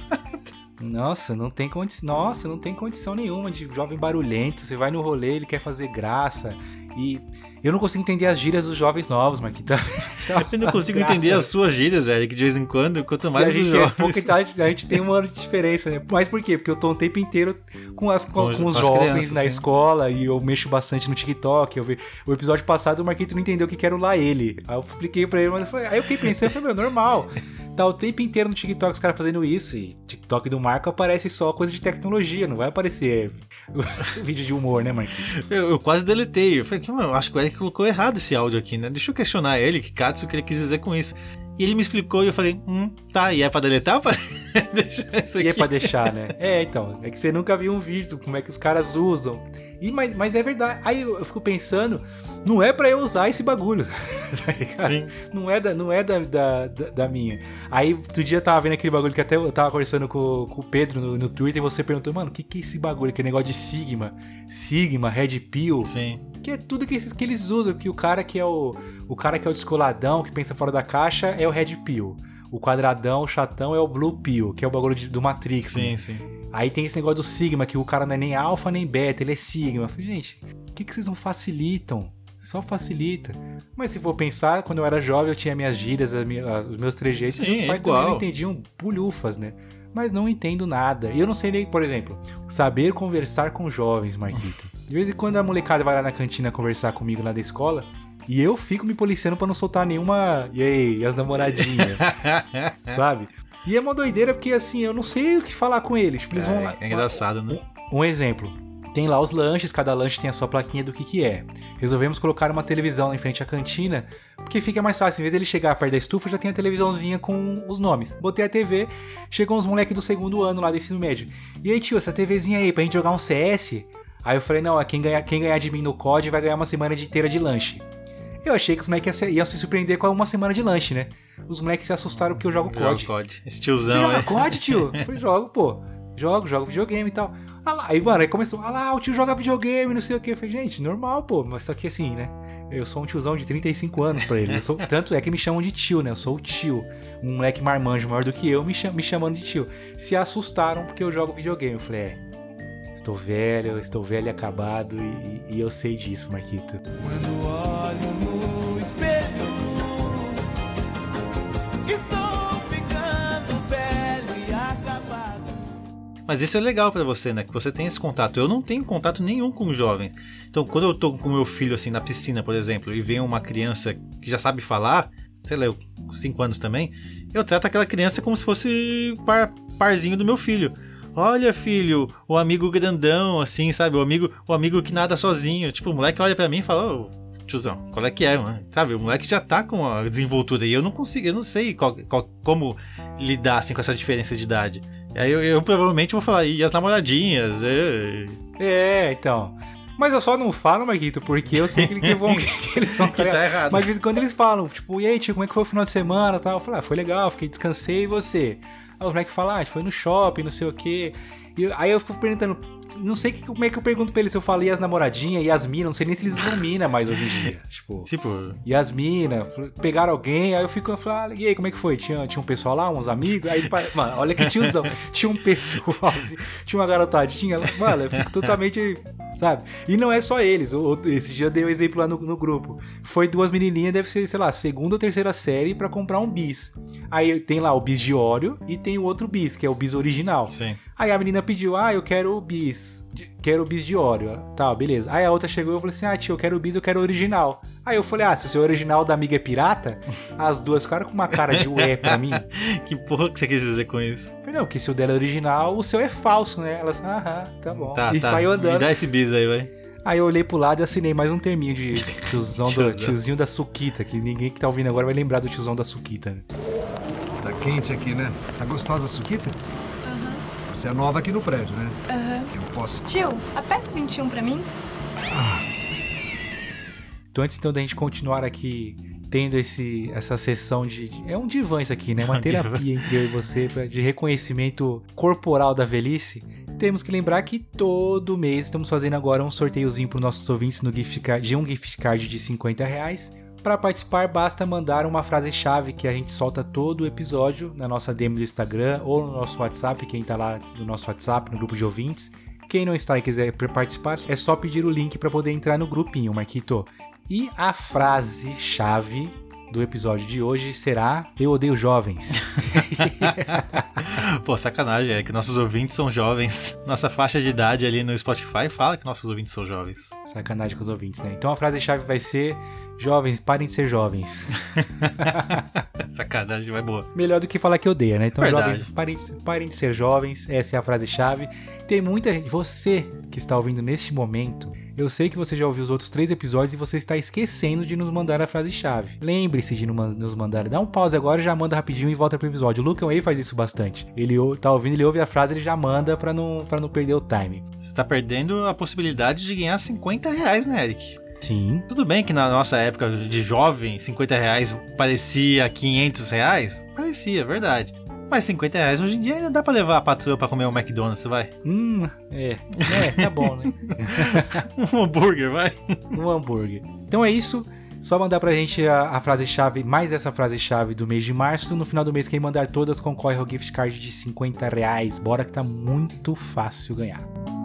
Nossa, não tem condição. Nossa, não tem condição nenhuma de jovem barulhento. Você vai no rolê, ele quer fazer graça. E eu não consigo entender as gírias dos jovens novos, mas que tá. tá Eu não consigo graça. entender as suas gírias, Eric, de vez em quando, quanto mais a dos gente, é jovens. pouca idade, a gente tem um ano de diferença, né? Mas por quê? Porque eu tô um tempo inteiro com, as, com, Com os- com os com as jovens crianças, na sim. escola e eu mexo bastante no TikTok. Eu vi, o episódio passado o Marquito não entendeu o que que era o lá ele. Aí eu expliquei pra ele, mas eu falei, aí eu fiquei pensando, eu falei, meu, normal. Tá o tempo inteiro no TikTok os caras fazendo isso. E TikTok do Marco aparece só coisa de tecnologia, não vai aparecer vídeo de humor, né, Marquinhos? Eu, eu quase deletei. Eu falei, eu acho que o Eric colocou errado esse áudio aqui, né? Deixa eu questionar ele, que Katsu, o que ele quis dizer com isso. E ele me explicou e eu falei, hum, tá, e é pra deletar ou pra deixar isso aqui? E é pra deixar, né? É, então, é que você nunca viu um vídeo, como é que os caras usam. E, mas, mas é verdade. Aí eu, eu fico pensando, não é pra eu usar esse bagulho. Sim. Não é, da, não é da, da, da, da minha. Aí outro dia eu tava vendo aquele bagulho que até eu tava conversando com, com o Pedro no, no Twitter e você perguntou, mano, o que, que é esse bagulho? Aquele negócio de Sigma, Sigma, Red Pill. Sim. Que é tudo que, esses, que eles usam, que o cara que é o, o cara que é o descoladão, que pensa fora da caixa, é o Red Pill. O quadradão, o chatão é o Blue Pill, que é o bagulho de, do Matrix. Sim, né? sim. Aí tem esse negócio do Sigma, que o cara não é nem alfa nem beta, ele é Sigma. Eu falei, gente, por que, que vocês não facilitam? Só facilita. Mas se for pensar, quando eu era jovem eu tinha minhas gírias, as minhas, os meus trejeitos, Sim, e meus pais é também igual. não entendiam bulhufas, né? Mas não entendo nada. E eu não sei nem, por exemplo, saber conversar com jovens, Marquito. De vez em quando a molecada vai lá na cantina conversar comigo lá da escola, e eu fico me policiando pra não soltar nenhuma... E aí, e as namoradinhas? Sabe? E é uma doideira porque, assim, eu não sei o que falar com eles. Tipo, eles vão lá... É, é engraçado, né? Um, um exemplo. Tem lá os lanches, cada lanche tem a sua plaquinha do que que é. Resolvemos colocar uma televisão em frente à cantina, porque fica mais fácil. Em vez dele chegar perto da estufa, já tem a televisãozinha com os nomes. Botei a T V, chegou uns moleques do segundo ano lá do ensino médio. E aí, tio, essa TVzinha aí, pra gente jogar um C S? Aí eu falei, não, quem ganhar, quem ganhar de mim no C O D vai ganhar uma semana inteira de lanche. Eu achei que os moleques iam se surpreender com uma semana de lanche, né? Os moleques se assustaram porque eu jogo C O D. C O D. Esse Você tiozão, joga né? C O D, tio? Eu falei, jogo, pô. Jogo, jogo videogame e tal. Ah lá, aí, mano, aí começou, ah lá, o tio joga videogame, não sei o que. Eu falei, gente, normal, pô. Mas só que assim, né? Eu sou um tiozão de trinta e cinco anos pra ele. Eu sou, tanto é que me chamam de tio, né? Eu sou o tio. Um moleque marmanjo maior do que eu me, cham, me chamando de tio. Se assustaram porque eu jogo videogame. Eu falei, é, estou velho, estou velho e acabado e, e eu sei disso, Marquito. Quando olho no espelho, estou ficando velho e acabado. Mas isso é legal pra você, né? Que você tem esse contato. Eu não tenho contato nenhum com jovem. Então, quando eu tô com meu filho, assim, na piscina, por exemplo, e vem uma criança que já sabe falar, sei lá, eu com cinco anos também, eu trato aquela criança como se fosse par, parzinho do meu filho. Olha, filho, o amigo grandão, assim, sabe? O amigo, o amigo que nada sozinho. Tipo, o moleque olha pra mim e fala, ô, tiozão, qual é que é, mano? Sabe? O moleque já tá com a desenvoltura e eu não consigo, eu não sei qual, qual, como lidar, assim, com essa diferença de idade. Aí eu, eu provavelmente vou falar, e as namoradinhas? É, É, então. Mas eu só não falo, Marquito, porque eu sei que, que, vão, que eles vão que tá errado. Mas de vez em quando eles falam, tipo, e aí, tio, como é que foi o final de semana e tal? Eu falo, ah, foi legal, fiquei, descansei, e você? Aí os moleques falam, ah, foi no shopping, não sei o quê. E aí eu fico perguntando, não sei que, como é que eu pergunto pra eles se eu falo e as namoradinhas e as minas, não sei nem se eles usam mina mais hoje em dia. Tipo, tipo, e as minas, pegaram alguém, aí eu fico falando, ah, e aí, como é que foi? Tinha, tinha um pessoal lá, uns amigos? Aí, mano, olha que tiozão, tinha um pessoal, assim, tinha uma garotadinha, mano, eu fico totalmente, sabe? E não é só eles, esse dia eu dei um exemplo lá no, no grupo. Foi duas menininhas, deve ser, sei lá, segunda ou terceira série pra comprar um bis. Aí tem lá o bis de Oreo e tem o outro bis, que é o bis original. sim. Aí a menina pediu, ah, eu quero o bis, quero o bis de Oreo. Tá, beleza. Aí a outra chegou e eu falei assim, ah, tio, eu quero o bis, eu quero o original. Aí eu falei, ah, se o seu original da amiga é pirata, as duas ficaram com uma cara de ué pra mim. Que porra que você quis dizer com isso? Eu falei, não, porque se o dela é original, o seu é falso, né? Elas, aham, tá bom. Tá, e tá. saiu andando. Me dá esse bis aí, vai. Aí eu olhei pro lado e assinei mais um terminho de tiozão do, Tiozão. tiozinho da Suquita, que ninguém que tá ouvindo agora vai lembrar do tiozão da Suquita, né? Tá quente aqui, né? Tá gostosa a suquita? Aham. Você é nova aqui no prédio, né? Aham. Eu posso... Tio, aperta o vinte e um pra mim. Então antes então da gente continuar aqui tendo esse, essa sessão de, de... É um divã isso aqui, né? Uma Um terapia entre eu e você pra- de reconhecimento corporal da velhice. Temos que lembrar que todo mês estamos fazendo agora um sorteiozinho para os nossos ouvintes no gift card, de um gift card de cinquenta reais. Para participar, basta mandar uma frase-chave que a gente solta todo o episódio na nossa D M do Instagram ou no nosso WhatsApp, quem tá lá no nosso WhatsApp, no grupo de ouvintes. Quem não está e quiser participar, é só pedir o link para poder entrar no grupinho, Marquito. E a frase-chave do episódio de hoje será: Eu odeio jovens. Pô, sacanagem, é que nossos ouvintes são jovens. Nossa faixa de idade ali no Spotify fala que nossos ouvintes são jovens. Sacanagem com os ouvintes, né? Então a frase-chave vai ser: Jovens, parem de ser jovens. Sacanagem, vai boa. Melhor do que falar que odeia, né? Então, Verdade. jovens, parem, parem de ser jovens. Essa é a frase-chave. Tem muita gente. Você que está ouvindo neste momento, eu sei que você já ouviu os outros três episódios e você está esquecendo de nos mandar a frase-chave. Lembre-se de nos mandar. Dá um pause agora, já manda rapidinho e volta pro episódio. O Lucan Way faz isso bastante. Ele tá ouvindo, ele ouve a frase, ele já manda pra não, pra não perder o time. Você tá perdendo a possibilidade de ganhar cinquenta reais, né, Eric? Sim. Tudo bem que na nossa época de jovem, cinquenta reais parecia quinhentos reais? Parecia, verdade. Mas cinquenta reais hoje em dia ainda dá pra levar a patroa pra comer um McDonald's, você vai? Hum, é. É, tá bom, né? Um hambúrguer, vai? Um hambúrguer. Então é isso. Só mandar pra gente a, a frase-chave, mais essa frase-chave do mês de março. No final do mês, quem mandar todas concorre ao gift card de cinquenta reais. Bora que tá muito fácil ganhar.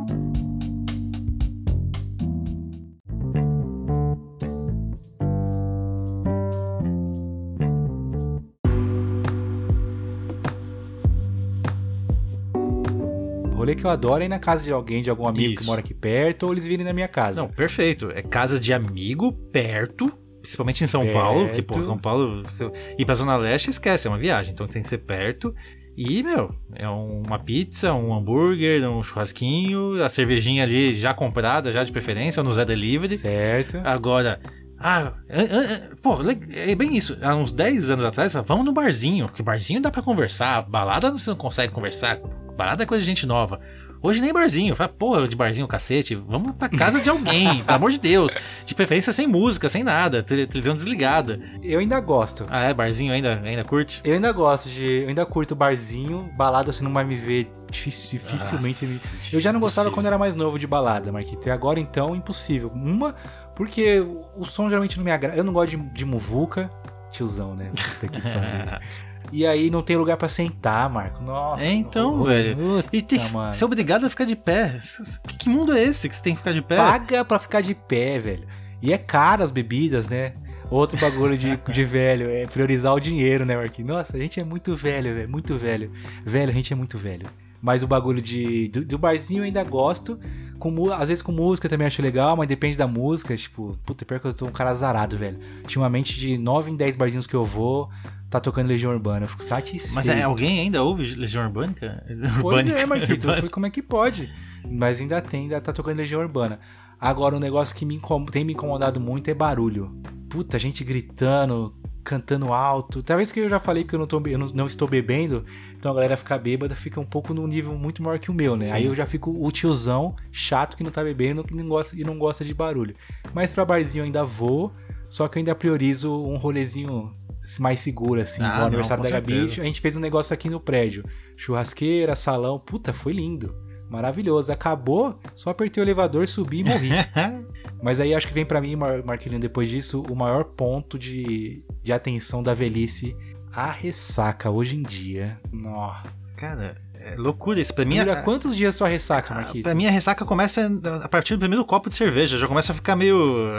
Rolê que eu adoro é ir na casa de alguém, de algum amigo Isso. que mora aqui perto, ou eles virem na minha casa. Não, perfeito. É casa de amigo, perto, principalmente em São Perto. Paulo, que, pô, São Paulo, se ir pra Zona Leste, esquece, é uma viagem, então tem que ser perto. E, meu, é uma pizza, um hambúrguer, um churrasquinho, a cervejinha ali já comprada, já de preferência, ou no Zé Delivery. Certo. Agora, ah, ah, ah, pô, é bem isso. Há uns dez anos atrás, vamos no barzinho, porque barzinho dá pra conversar, balada você não consegue conversar, balada é coisa de gente nova. Hoje nem barzinho, fala, pô, de barzinho, cacete, vamos pra casa de alguém, pelo amor de Deus. De preferência sem música, sem nada, televisão desligada. Eu ainda gosto. Ah, é? Barzinho ainda, ainda curte? Eu ainda gosto de. Eu ainda curto barzinho, balada você não vai me ver difícil, dificilmente. Nossa, me... Eu já não gostava impossível. quando era mais novo de balada, Marquito. E agora então, impossível. Uma, porque o som geralmente não me agrada. Eu não gosto de, de muvuca. Tiozão, né? Puta que pariu. E aí não tem lugar pra sentar, Marco. Nossa. É, então, oh, velho. Puta, E tem mano. que ser obrigado a ficar de pé. Que, que mundo é esse que você tem que ficar de pé? Paga pra ficar de pé, velho. E é caro as bebidas, né? Outro bagulho de, de velho é priorizar o dinheiro, né, Marquinhos? Nossa, a gente é muito velho, velho. Muito velho. Velho, a gente é muito velho. Mas o bagulho de, do, do barzinho eu ainda gosto. Com, às vezes com música também acho legal, mas depende da música. Tipo, puta, pior que eu sou um cara azarado, velho. Ultimamente, de nove em dez barzinhos que eu vou, tá tocando Legião Urbana. Eu fico satisfeito. Mas é, alguém ainda ouve Legião Urbânica? Pois é, Marquito. Eu falei, como é que pode? Mas ainda tem, ainda tá tocando Legião Urbana. Agora, um negócio que me incom- tem me incomodado muito é barulho. Puta, gente gritando, cantando alto. Talvez que eu já falei que eu não, tô, eu não, não estou bebendo, então a galera fica bêbada, fica um pouco num nível muito maior que o meu, né? Sim. Aí eu já fico o tiozão chato que não tá bebendo que não gosta, e não gosta de barulho. Mas pra barzinho eu ainda vou, só que eu ainda priorizo um rolezinho mais seguro, assim. Ah, o aniversário não, da com Gabi, certeza. a gente fez um negócio aqui no prédio. Churrasqueira, salão, puta, foi lindo. Maravilhoso. Acabou, só apertei o elevador, subi e morri. Mas aí acho que vem pra mim, Mar- Marquelinho, depois disso, o maior ponto de, de atenção da velhice, a ressaca hoje em dia. Nossa. Cara, é loucura isso. Pra mim, Dura a, quantos dias sua ressaca, Marquinhos? pra mim a ressaca começa a partir do primeiro copo de cerveja. Já começa a ficar meio...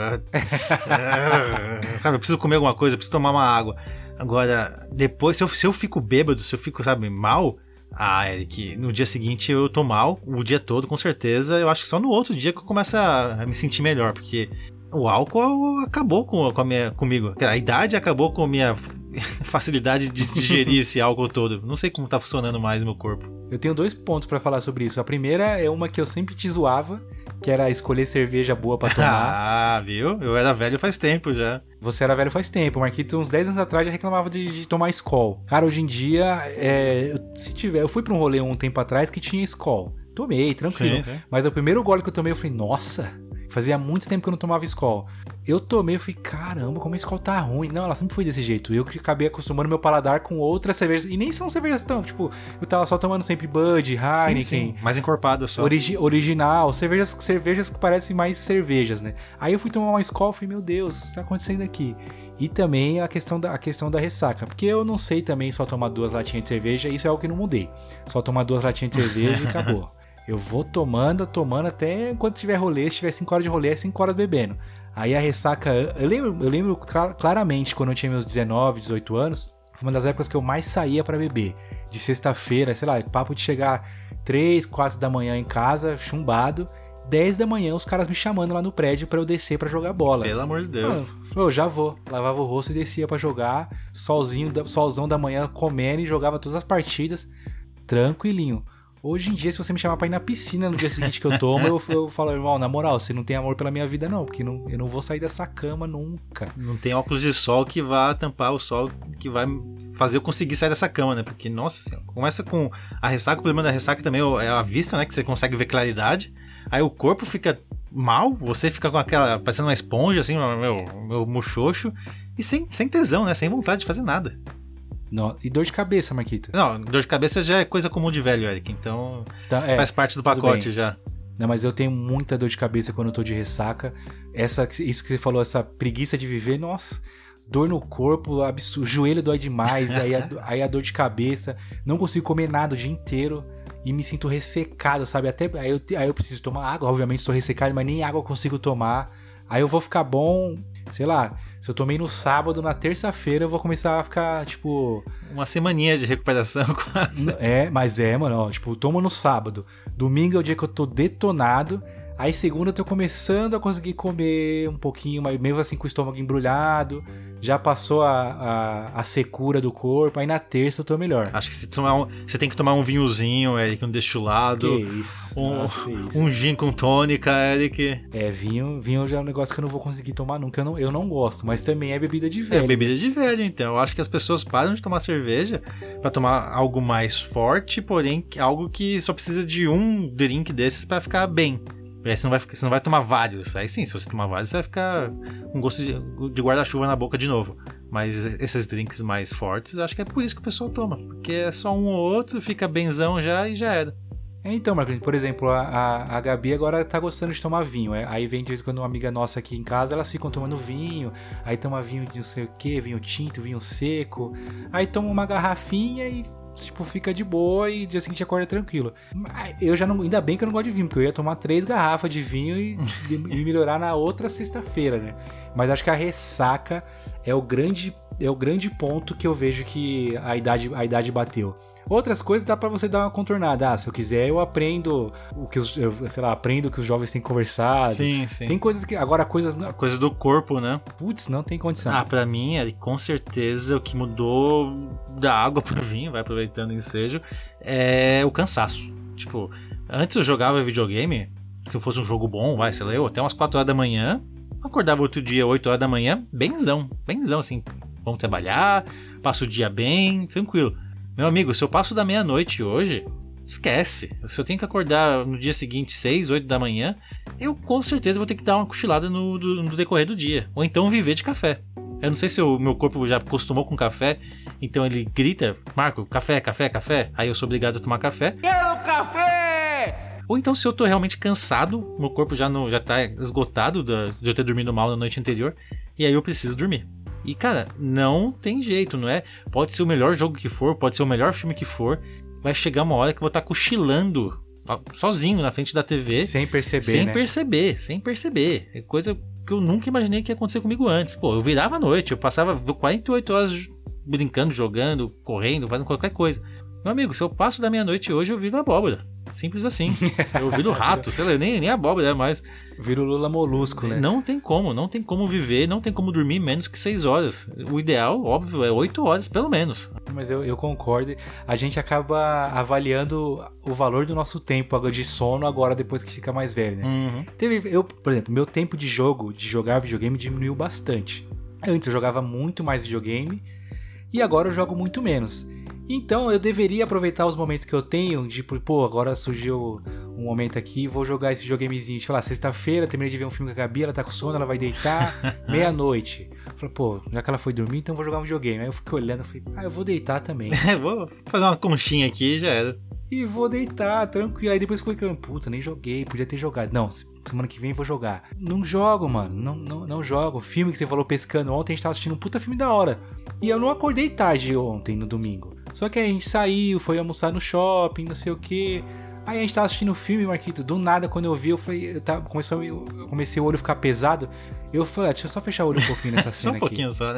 sabe, eu preciso comer alguma coisa, eu preciso tomar uma água. Agora, depois, se eu, se eu fico bêbado, se eu fico, sabe, mal... Ah, Eric, no dia seguinte eu tô mal, o dia todo, com certeza. Eu acho que só no outro dia que eu começo a me sentir melhor, porque o álcool acabou com, com a minha, comigo. A idade acabou com a minha facilidade de digerir esse álcool todo. Não sei como tá funcionando mais no meu corpo. Eu tenho dois pontos pra falar sobre isso. A primeira é uma que eu sempre te zoava, que era escolher cerveja boa pra tomar. Ah, viu? Eu era velho faz tempo já. Você era velho faz tempo. O Marquito, uns dez anos atrás, já reclamava de, de tomar Skol. Cara, hoje em dia, é, eu- se tiver... Eu fui pra um rolê um tempo atrás que tinha Skol. Tomei, tranquilo. Sim, sim. Mas o primeiro gole que eu tomei, eu falei, nossa... Fazia muito tempo que eu não tomava Skol. Eu tomei, eu falei, caramba, como a Skol tá ruim. Não, ela sempre foi desse jeito. Eu que acabei acostumando meu paladar com outras cervejas. E nem são cervejas tão, tipo... Eu tava só tomando sempre Bud, Heineken... Sim, sim. Mais encorpada só. Origi- original, cervejas, cervejas que parecem mais cervejas, né? Aí eu fui tomar uma Skol e falei, meu Deus, o que tá acontecendo aqui? E também a questão, da, a questão da ressaca, porque eu não sei também só tomar duas latinhas de cerveja, isso é algo que não mudei. Só tomar duas latinhas de cerveja e acabou. Eu vou tomando, tomando até enquanto tiver rolê, se tiver cinco horas de rolê, é cinco horas bebendo. Aí a ressaca, eu lembro, eu lembro clara- claramente quando eu tinha meus dezenove, dezoito anos, foi uma das épocas que eu mais saía pra beber. De sexta-feira, sei lá, papo de chegar três, quatro da manhã em casa, chumbado, dez da manhã os caras me chamando lá no prédio pra eu descer pra jogar bola. Pelo amor de Deus. Mano, eu já vou. Lavava o rosto e descia pra jogar. Solzinho, solzão da manhã comendo e jogava todas as partidas. Tranquilinho. Hoje em dia, se você me chamar pra ir na piscina no dia seguinte que eu tomo, eu, eu falo, irmão, na moral, você não tem amor pela minha vida não, porque não, eu não vou sair dessa cama nunca. Não tem óculos de sol que vá tampar o sol, que vai fazer eu conseguir sair dessa cama, né? Porque, nossa senhora, começa com a ressaca, o problema da ressaca também é a vista, né? Que você consegue ver claridade, aí o corpo fica mal, você fica com aquela, parecendo uma esponja, assim, meu, meu muxoxo, e sem, sem tesão, né? Sem vontade de fazer nada. Não, e dor de cabeça, Marquito? Não, dor de cabeça já é coisa comum de velho, Eric, então tá, é, faz parte do pacote já. Não, mas eu tenho muita dor de cabeça quando eu tô de ressaca. Essa, isso que você falou, essa preguiça de viver, nossa, dor no corpo, absurdo, o joelho dói demais, aí, a, aí a dor de cabeça, não consigo comer nada o dia inteiro e me sinto ressecado, sabe? Até, aí, eu, aí eu preciso tomar água, obviamente estou ressecado, mas nem água eu consigo tomar. Aí eu vou ficar bom, sei lá, se eu tomei no sábado, na terça-feira eu vou começar a ficar, tipo... Uma semaninha de recuperação quase. É, mas é, mano, ó, tipo, eu tomo no sábado, domingo é o dia que eu tô detonado, aí segunda eu tô começando a conseguir comer um pouquinho, mas mesmo assim com o estômago embrulhado, já passou a, a, a secura do corpo, aí na terça eu tô melhor. Acho que você, tomar um, você tem que tomar um vinhozinho, Eric, um destilado. Que isso. Um, Nossa, isso. um gin com tônica, Eric. É, vinho, vinho já é um negócio que eu não vou conseguir tomar nunca, eu não, eu não gosto, mas também é bebida de velho. É bebida de velho, então. Eu acho que as pessoas param de tomar cerveja pra tomar algo mais forte, porém algo que só precisa de um drink desses pra ficar bem. Aí você não, vai, você não vai tomar vários. Aí sim, se você tomar vários, você vai ficar com gosto de, de guarda-chuva na boca de novo. Mas esses drinks mais fortes, acho que é por isso que o pessoal toma. Porque é só um ou outro, fica benzão já e já era. É, então, Marquinhos, por exemplo, a, a, a Gabi agora tá gostando de tomar vinho. É, aí vem de vez em quando uma amiga nossa aqui em casa, elas ficam tomando vinho. Aí toma vinho de não sei o que, vinho tinto, vinho seco. Aí toma uma garrafinha e... tipo, fica de boa e dia seguinte acorda tranquilo. Eu já não, ainda bem que eu não gosto de vinho, porque eu ia tomar três garrafas de vinho e, e melhorar na outra sexta-feira, né? Mas acho que a ressaca é o grande, é o grande ponto que eu vejo que a idade, a idade bateu. Outras coisas dá pra você dar uma contornada. Ah, se eu quiser eu aprendo o que os, eu, sei lá, aprendo o que os jovens têm conversado. Sim, sim. Tem coisas que, agora coisas... Coisa do corpo, né? Putz, não tem condição. Ah, pra mim, com certeza, o que mudou da água pro vinho, vai aproveitando o ensejo, é o cansaço. Tipo, antes eu jogava videogame, se fosse um jogo bom, vai, sei lá, eu, até umas quatro horas da manhã, acordava outro dia, oito horas da manhã, benzão, benzão, assim, vamos trabalhar, passo o dia bem, tranquilo. Meu amigo, se eu passo da meia-noite hoje, esquece. Se eu tenho que acordar no dia seguinte, seis, oito da manhã, eu com certeza vou ter que dar uma cochilada no, do, no decorrer do dia. Ou então viver de café. Eu não sei se o meu corpo já acostumou com café, então ele grita, Marco, café, café, café. Aí eu sou obrigado a tomar café. Quero café! Ou então se eu tô realmente cansado, meu corpo já, não, já tá esgotado da, de eu ter dormido mal na noite anterior, e aí eu preciso dormir. E, cara, não tem jeito, não é? Pode ser o melhor jogo que for, pode ser o melhor filme que for, vai chegar uma hora que eu vou estar cochilando sozinho na frente da T V. Sem perceber, Sem né? perceber, sem perceber. É coisa que eu nunca imaginei que ia acontecer comigo antes. Pô, eu virava à noite, eu passava quarenta e oito horas brincando, jogando, correndo, fazendo qualquer coisa. Meu amigo, se eu passo da meia-noite hoje, eu viro abóbora. Simples assim. Eu viro rato, sei lá, nem, nem abóbora é mais. Viro Lula molusco, né? Não tem como, não tem como viver, não tem como dormir menos que seis horas. O ideal, óbvio, é oito horas, pelo menos. Mas eu, eu concordo. A gente acaba avaliando o valor do nosso tempo de sono agora, depois que fica mais velho, né? Uhum. Teve, eu, por exemplo, meu tempo de jogo, de jogar videogame, diminuiu bastante. Antes eu jogava muito mais videogame e agora eu jogo muito menos. Então eu deveria aproveitar os momentos que eu tenho, de, pô, agora surgiu um momento aqui, vou jogar esse videogamezinho, sei lá, sexta-feira, terminei de ver um filme com a Gabi, ela tá com sono, ela vai deitar, meia-noite. Falei, pô, já que ela foi dormir, então eu vou jogar um videogame. Aí eu fiquei olhando, falei, ah, eu vou deitar também. Vou fazer uma conchinha aqui e já era. E vou deitar, tranquilo. Aí depois eu fiquei, puta, nem joguei, podia ter jogado. Não, semana que vem eu vou jogar. Não jogo, mano, não, não, não jogo. O filme que você falou pescando ontem, a gente tava assistindo um puta filme da hora. E eu não acordei tarde ontem, no domingo. Só que aí a gente saiu, foi almoçar no shopping, não sei o que. Aí a gente tava assistindo o filme, Marquito, do nada, quando eu vi, eu falei, eu tava, começou, eu comecei o olho a ficar pesado. Eu falei, ah, deixa eu só fechar o olho um pouquinho nessa cena aqui. Só um pouquinho aqui. só, né?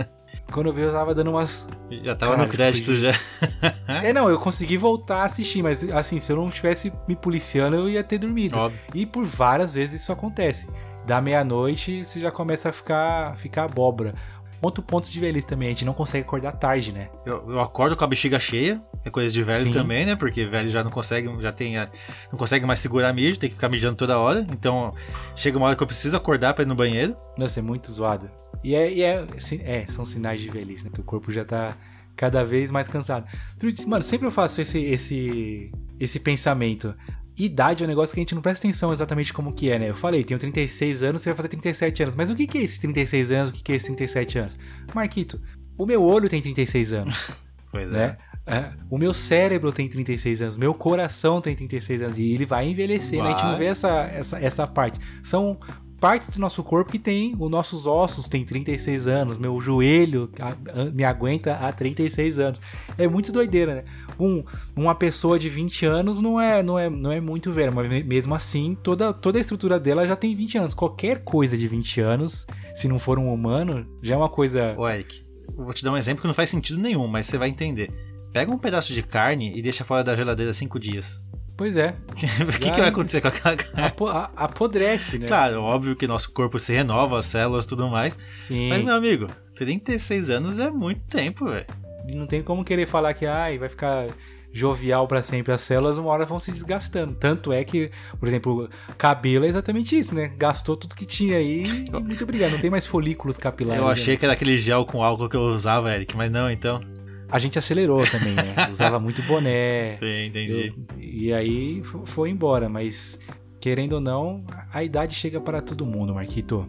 Quando eu vi, eu tava dando umas... Já tava Cara, no crédito tipo, já. É, não, eu consegui voltar a assistir, mas assim, se eu não tivesse me policiando, eu ia ter dormido. Óbvio. E por várias vezes isso acontece. Da meia-noite, você já começa a ficar, ficar abóbora. Outro ponto de velhice também, a gente não consegue acordar tarde, né? Eu, eu acordo com a bexiga cheia, é coisa de velho Sim. também, né? Porque velho já não consegue, já tem, a- não consegue mais segurar mijo, tem que ficar mijando toda hora. Então, chega uma hora que eu preciso acordar pra ir no banheiro. Nossa, é muito zoado. E é, e é, sim, é, são sinais de velhice, né? Teu corpo já tá cada vez mais cansado. Mano, sempre eu faço esse, esse, esse pensamento. Idade é um negócio que a gente não presta atenção exatamente como que é, né? Eu falei, tenho trinta e seis anos, você vai fazer trinta e sete anos. Mas o que que é esses trinta e seis anos? O que que é esses trinta e sete anos? Marquito, o meu olho tem trinta e seis anos. Pois Né? É, o meu cérebro tem trinta e seis anos, meu coração tem trinta e seis anos e ele vai envelhecer, né? A gente não vê essa, essa, essa parte. São partes do nosso corpo que tem, os nossos ossos têm trinta e seis anos, meu joelho a- a- me aguenta há trinta e seis anos. É muito doideira, né? Um, uma pessoa de vinte anos não é, não é, não é muito velha, mas me- mesmo assim, toda, toda a estrutura dela já tem vinte anos. Qualquer coisa de vinte anos, se não for um humano, já é uma coisa... Ô, Eric, eu vou te dar um exemplo que não faz sentido nenhum, mas você vai entender. Pega um pedaço de carne e deixa fora da geladeira cinco dias. Pois é. O que, que vai acontecer com aquela carne? Apo- a- apodrece, né? Claro, óbvio que nosso corpo se renova, as células e tudo mais. Sim. Mas, meu amigo, trinta e seis anos é muito tempo, velho. Não tem como querer falar que ai, vai ficar jovial pra sempre. As células uma hora vão se desgastando. Tanto é que, por exemplo, cabelo é exatamente isso, né? Gastou tudo que tinha aí e muito obrigado. Não tem mais folículos capilares. Eu achei né? que era aquele gel com álcool que eu usava, Eric, mas não, então. A gente acelerou também, né? Usava muito boné. Sim, entendi. Eu- e aí f- foi embora, mas querendo ou não, a idade chega para todo mundo, Marquito.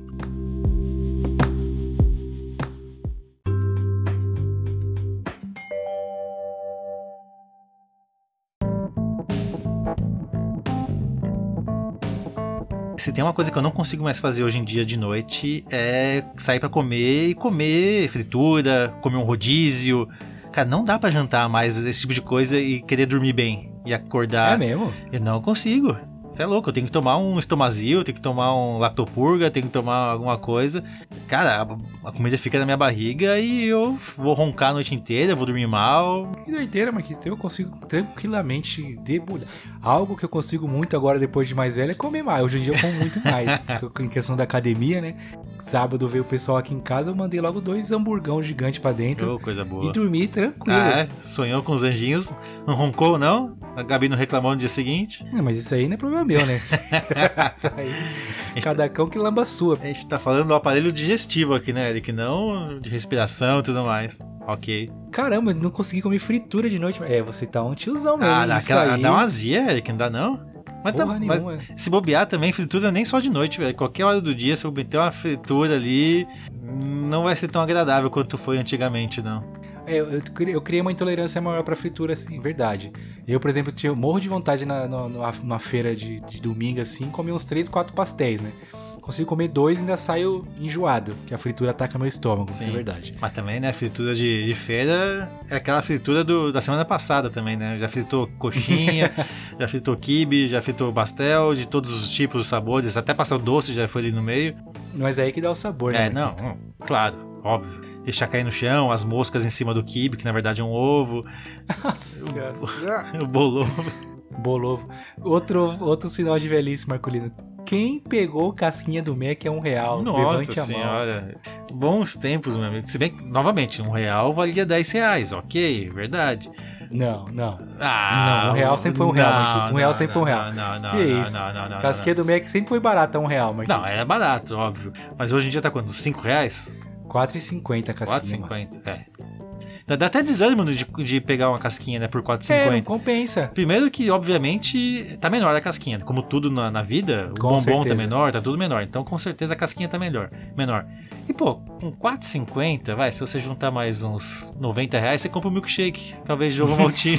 Se tem uma coisa que eu não consigo mais fazer hoje em dia de noite é sair pra comer e comer fritura, comer um rodízio. Cara, não dá pra jantar mais esse tipo de coisa e querer dormir bem e acordar. É mesmo? Eu não consigo. Você é louco, eu tenho que tomar um estomazil, eu tenho que tomar um lactopurga, tenho que tomar alguma coisa. Cara, a, a comida fica na minha barriga e eu vou roncar a noite inteira, vou dormir mal. Que doideira, Marquito. Eu consigo tranquilamente debulhar. Algo que eu consigo muito agora, depois de mais velho, é comer mais. Hoje em dia eu como muito mais. Porque em questão da academia, né? Sábado veio o pessoal aqui em casa, eu mandei logo dois hamburgão gigantes pra dentro. Oh, coisa boa. E dormi tranquilo. Ah, é? Sonhou com os anjinhos, não roncou não? A Gabi não reclamou no dia seguinte? Não, mas isso aí não é problema meu, né? Isso aí, cada cão que lamba a sua. A gente tá falando do aparelho digestivo aqui, né, Eric? Não de respiração e tudo mais. Ok. Caramba, não consegui comer fritura de noite. É, você tá um tiozão mesmo. Ah, hein? dá, Isso aquela, aí- dá uma azia, Eric, não dá não? Mas, tá, Porra mas nenhuma. se bobear também, fritura nem só de noite, velho. Qualquer hora do dia, se eu meter uma fritura ali, não vai ser tão agradável quanto foi antigamente, não. É, eu, eu criei- eu criei uma intolerância maior pra fritura, assim, verdade. Eu, por exemplo, tinha, eu morro de vontade na, na, numa- numa feira de, de domingo, assim, comer uns três, quatro pastéis, né? Consigo comer dois e ainda saio enjoado, que a fritura ataca meu estômago, isso é verdade. Mas também, né, fritura de, de feira é aquela fritura do, da semana passada também, né? Já fritou coxinha, já fritou quibe, já fritou pastel, de todos os tipos, os sabores, até passar o doce já foi ali no meio. Mas é aí que dá o sabor, né? É, não, Marquito? hum, claro, óbvio. Deixar cair no chão, as moscas em cima do quibe, que na verdade é um ovo. Nossa senhora. O bolovo. Bolovo. Outro, outro sinal de velhice, Marcolino. Quem pegou casquinha do Mac é um real. Nossa Levante a mão. senhora. Bons tempos, meu amigo. Se bem que, novamente, um real valia dez reais. Ok, verdade. Não, não. Ah, não, um real sempre foi um real, não, Marquito. Um real não, sempre foi um real. Não, não, não. Que não, isso? Não, não, não, Casquinha do Mac sempre foi barata, um real, Marquito. Não, era barato, óbvio. Mas hoje em dia tá quanto? cinco reais? quatro e cinquenta a casquinha. quatro e cinquenta, é. Dá- Dá até desânimo de, de pegar uma casquinha, né, por quatro e É, não cinquenta. compensa. Primeiro que, obviamente, tá menor a casquinha. Como tudo na, na vida, o Com bombom certeza. tá menor, tá tudo menor. Então, com certeza, a casquinha tá melhor, menor. E, pô, com quatro e cinquenta, vai, se você juntar mais uns noventa reais, você compra um milkshake. Talvez de ovo maltine.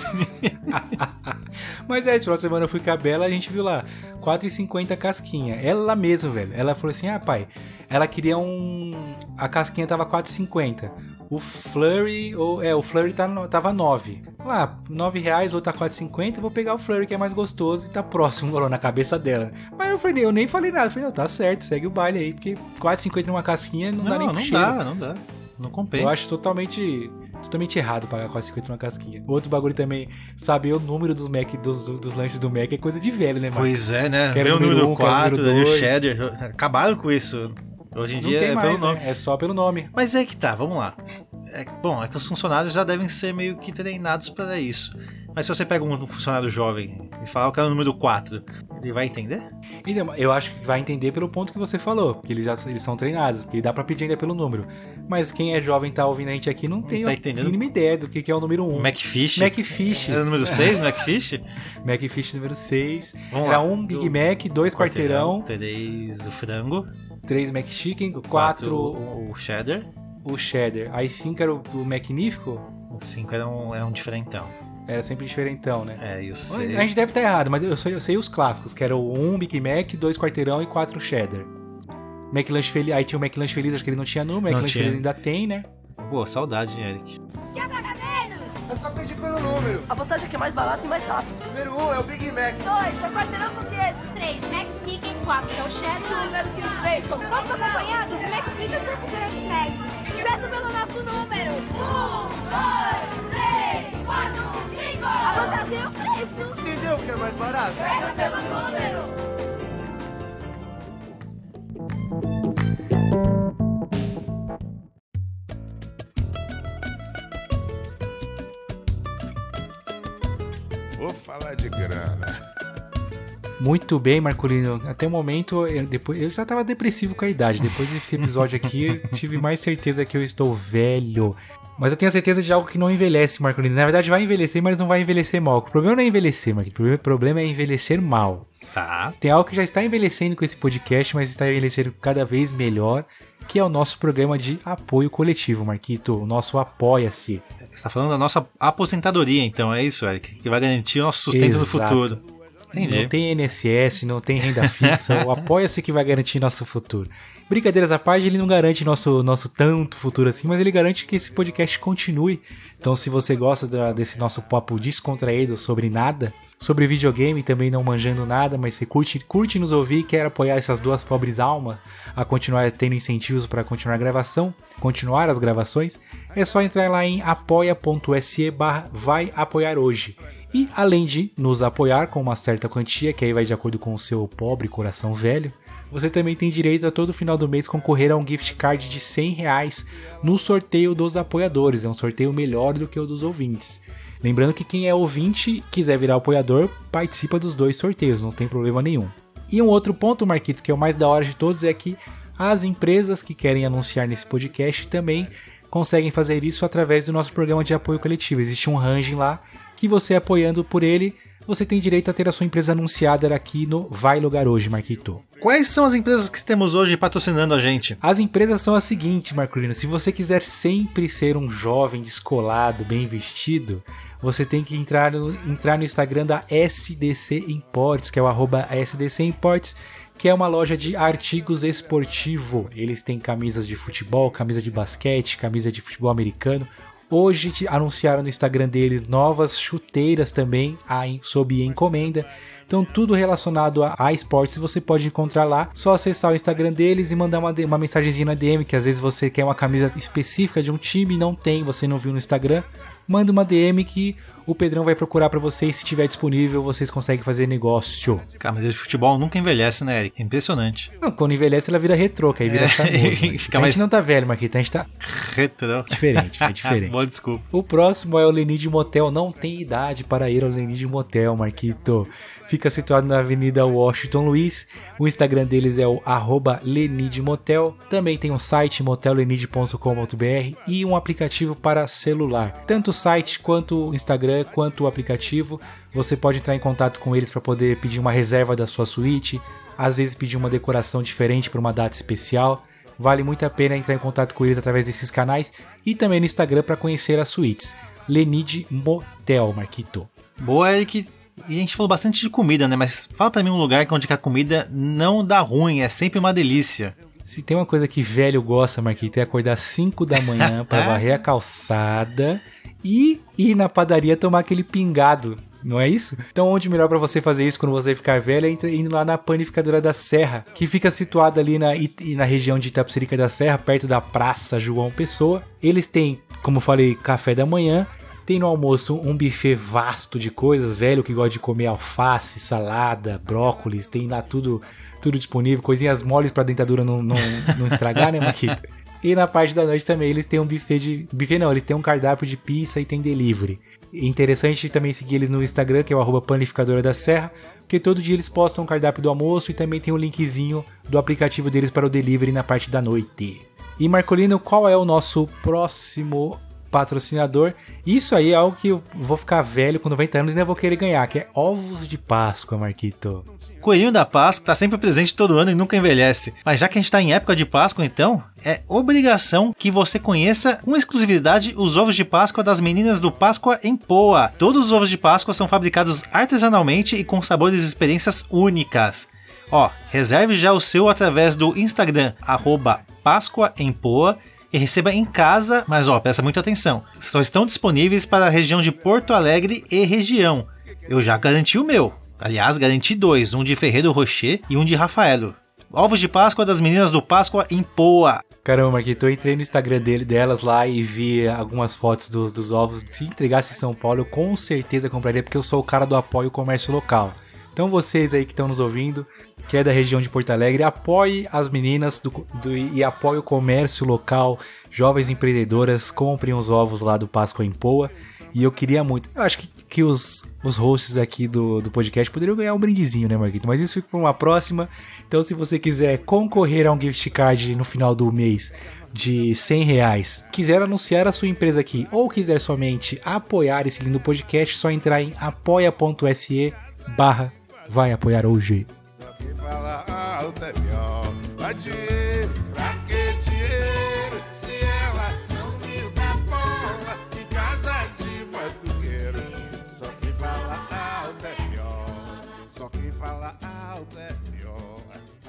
Mas é, esse final de semana eu fui com a Bela, a gente viu lá, quatro e cinquenta a casquinha. Ela mesmo, velho. Ela falou assim, ah, pai, ela queria um... A casquinha tava quatro e cinquenta. O Flurry, ou, é, o Flurry tá no- tava nove. Lá, nove reais, ou tá quatro e cinquenta, eu vou pegar o Flurry que é mais gostoso e tá próximo, falou, na cabeça dela. Mas eu falei, eu nem falei nada, eu falei, não, tá certo, segue o baile aí, porque quatro e cinquenta numa casquinha não, dá nem não, pro não cheiro. dá, não dá. Não compensa. Eu acho totalmente, totalmente errado pagar quase cinquenta numa casquinha. Outro bagulho também, saber o número dos Mac, dos, dos lanches do Mac é coisa de velho, né, mano? Pois é, né? Quero Vê o número um, quatro, quero o o número dois. cheddar. Acabaram com isso. Hoje em Não dia tem é mais, pelo nome. né? É só pelo nome. Mas é que tá, vamos lá. É, bom, é que os funcionários já devem ser meio que treinados para isso. Mas se você pega um funcionário jovem e falar que é o número quatro, ele vai entender? Então, eu acho que vai entender pelo ponto que você falou, porque eles já eles são treinados, porque dá pra pedir ainda pelo número. Mas quem é jovem e tá ouvindo a gente aqui não tem tá a entendendo? mínima ideia do que que é o número um. Macfish? Macfish. Era o número seis, Macfish? Macfish número seis. Vamos Era lá. um Big Do- Mac, dois quarteirão, três o frango, três McChicken, quatro quatro o cheddar, o cheddar. Aí cinco era o, o Magnífico, cinco era um, era um diferentão. era sempre diferentão, né? É, e o A seis... gente deve estar errado, mas eu sei, eu sei os clássicos, que era o um Big Mac, dois quarteirão e quatro cheddar. McLanche Feliz, aí tinha o McLanche Feliz, acho que ele não tinha número, Não McLanche tinha. Feliz ainda tem, né? Pô, saudade, Eric. Eu só pedi pelo número. A vantagem é que é mais barato e mais rápido. Número um é o Big Mac. Dois, é quarteirão com queijo. Três, Mac Chicken, quatro, que é o cheddar. Número que os bacon. Todos acompanhados, Mac Fritas por refrigerantes Mac. Peço pelo nosso número. Um, dois, três, quatro, cinco. A vantagem é o preço. Entendeu que é mais barato? Peça pelo número. Vou falar de grana. Muito bem, Marcolino. Até o momento, eu, depois, eu já tava depressivo com a idade. Depois desse episódio aqui, eu tive mais certeza que eu estou velho. Mas eu tenho a certeza de algo que não envelhece, Marcolino. Na verdade, vai envelhecer, mas não vai envelhecer mal. O problema não é envelhecer, Marcolino. O problema é envelhecer mal. Tá. Tem algo que já está envelhecendo com esse podcast, mas está envelhecendo cada vez melhor, que é o nosso programa de apoio coletivo, Marquito. O nosso Apoia-se. Você tá falando da nossa aposentadoria, então, é isso, Eric? Que vai garantir o nosso sustento no Exato. futuro. Entendi. Não tem I N S S, não tem renda fixa, o Apoia-se que vai garantir nosso futuro. Brincadeiras à parte, ele não garante nosso, nosso tanto futuro assim, mas ele garante que esse podcast continue. Então, se você gosta da, desse nosso papo descontraído sobre nada, sobre videogame, também não manjando nada, mas você curte, curte nos ouvir e quer apoiar essas duas pobres almas a continuar tendo incentivos para continuar a gravação, continuar as gravações, é só entrar lá em apoia.se barra vai apoiar hoje. E além de nos apoiar com uma certa quantia, que aí vai de acordo com o seu pobre coração velho, você também tem direito a todo final do mês concorrer a um gift card de cem reais no sorteio dos apoiadores. É um sorteio melhor do que o dos ouvintes. Lembrando que quem é ouvinte e quiser virar apoiador, participa dos dois sorteios, não tem problema nenhum. E um outro ponto, Marquito, que é o mais da hora de todos, é que as empresas que querem anunciar nesse podcast também conseguem fazer isso através do nosso programa de apoio coletivo. Existe um ranking lá que você apoiando por ele, você tem direito a ter a sua empresa anunciada aqui no Vai Lugar Hoje, Marquito. Quais são as empresas que temos hoje patrocinando a gente? As empresas são as seguintes, Marcolino. Se você quiser sempre ser um jovem descolado, bem vestido, você tem que entrar no, entrar no Instagram da S D C Imports, que é o arroba S D C Imports, que é uma loja de artigos esportivo. Eles têm camisas de futebol, camisa de basquete, camisa de futebol americano. Hoje anunciaram no Instagram deles novas chuteiras também sob encomenda. Então tudo relacionado a, a esportes você pode encontrar lá. Só acessar o Instagram deles e mandar uma, uma mensagenzinha na D M, que às vezes você quer uma camisa específica de um time e não tem, você não viu no Instagram. Manda uma D M que o Pedrão vai procurar pra vocês. Se tiver disponível, vocês conseguem fazer negócio. Camisa de futebol nunca envelhece, né, Eric? É impressionante. Não, quando envelhece ela vira retrô, que aí vira É, charmoso. fica A gente mais- não tá velho, Marquita, a gente tá Retrô. diferente, é diferente. Boa desculpa. O próximo é o Lenid Motel. Não tem idade para ir ao Lenid Motel, Marquito. Fica situado na Avenida Washington Luiz. O Instagram deles é o arroba Lenid Motel. Também tem um site motel lenid ponto com ponto b r e um aplicativo para celular. Tanto o site quanto o Instagram, quanto o aplicativo. Você pode entrar em contato com eles para poder pedir uma reserva da sua suíte. Às vezes pedir uma decoração diferente para uma data especial. Vale muito a pena entrar em contato com eles através desses canais. E também no Instagram para conhecer as suítes. Lenid Motel, Marquito. Boa, Eric. E a gente falou bastante de comida, né? Mas fala pra mim um lugar onde que a comida não dá ruim, é sempre uma delícia. Se tem uma coisa que velho gosta, Marquito, é acordar às cinco da manhã para varrer a calçada e ir na padaria tomar aquele pingado Não é isso? Então onde melhor pra você fazer isso quando você ficar velho é indo lá na Panificadora da Serra, que fica situada ali na, na região de Itapecerica da Serra, perto da Praça João Pessoa. Eles têm, como eu falei, café da manhã. Tem no almoço um buffet vasto de coisas, velho que gosta de comer alface, salada, brócolis, tem lá tudo, tudo disponível, coisinhas moles pra dentadura não, não, não estragar, né, Marquito? E na parte da noite também eles têm um buffet de... Buffet não, eles têm um cardápio de pizza e tem delivery. Interessante também seguir eles no Instagram, que é o arroba Panificadora da Serra, porque todo dia eles postam o cardápio do almoço e também tem um linkzinho do aplicativo deles para o delivery na parte da noite. E Marcolino, qual é o nosso próximo patrocinador? Isso aí é algo que eu vou ficar velho com noventa anos e ainda vou querer ganhar, que é ovos de Páscoa, Marquito. Coelhinho da Páscoa tá sempre presente todo ano e nunca envelhece. Mas já que a gente tá em época de Páscoa, então, é obrigação que você conheça com exclusividade os ovos de Páscoa das meninas do Páscoa em Poa. Todos os ovos de Páscoa são fabricados artesanalmente e com sabores e experiências únicas. Ó, reserve já o seu através do Instagram, arroba Páscoa em Poa, e receba em casa, mas ó, presta muita atenção, só estão disponíveis para a região de Porto Alegre e região. Eu já garanti o meu. Aliás, garanti dois, um de Ferreiro Rocher e um de Rafaelo. Ovos de Páscoa das meninas do Páscoa em Poa. Caramba, Marquito, eu entrei no Instagram dele, delas lá e vi algumas fotos dos, dos ovos. Se entregasse em São Paulo, eu com certeza compraria, porque eu sou o cara do apoio ao comércio local. Então vocês aí que estão nos ouvindo, que é da região de Porto Alegre, apoie as meninas do, do, e apoie o comércio local, jovens empreendedoras, comprem os ovos lá do Páscoa em Poa. E eu queria muito, eu acho que, que os, os hosts aqui do, do podcast poderiam ganhar um brindezinho, né, Marquito? Mas isso fica para uma próxima. Então se você quiser concorrer a um gift card no final do mês de cem reais, quiser anunciar a sua empresa aqui, ou quiser somente apoiar esse lindo podcast, é só entrar em apoia.se barra vai apoiar hoje. Só que fala alto é pior. Pra dinheiro, pra que dinheiro? Se ela não me dá bola, em casa de batuqueiro. Só que fala alto é pior. Só que fala alto é pior.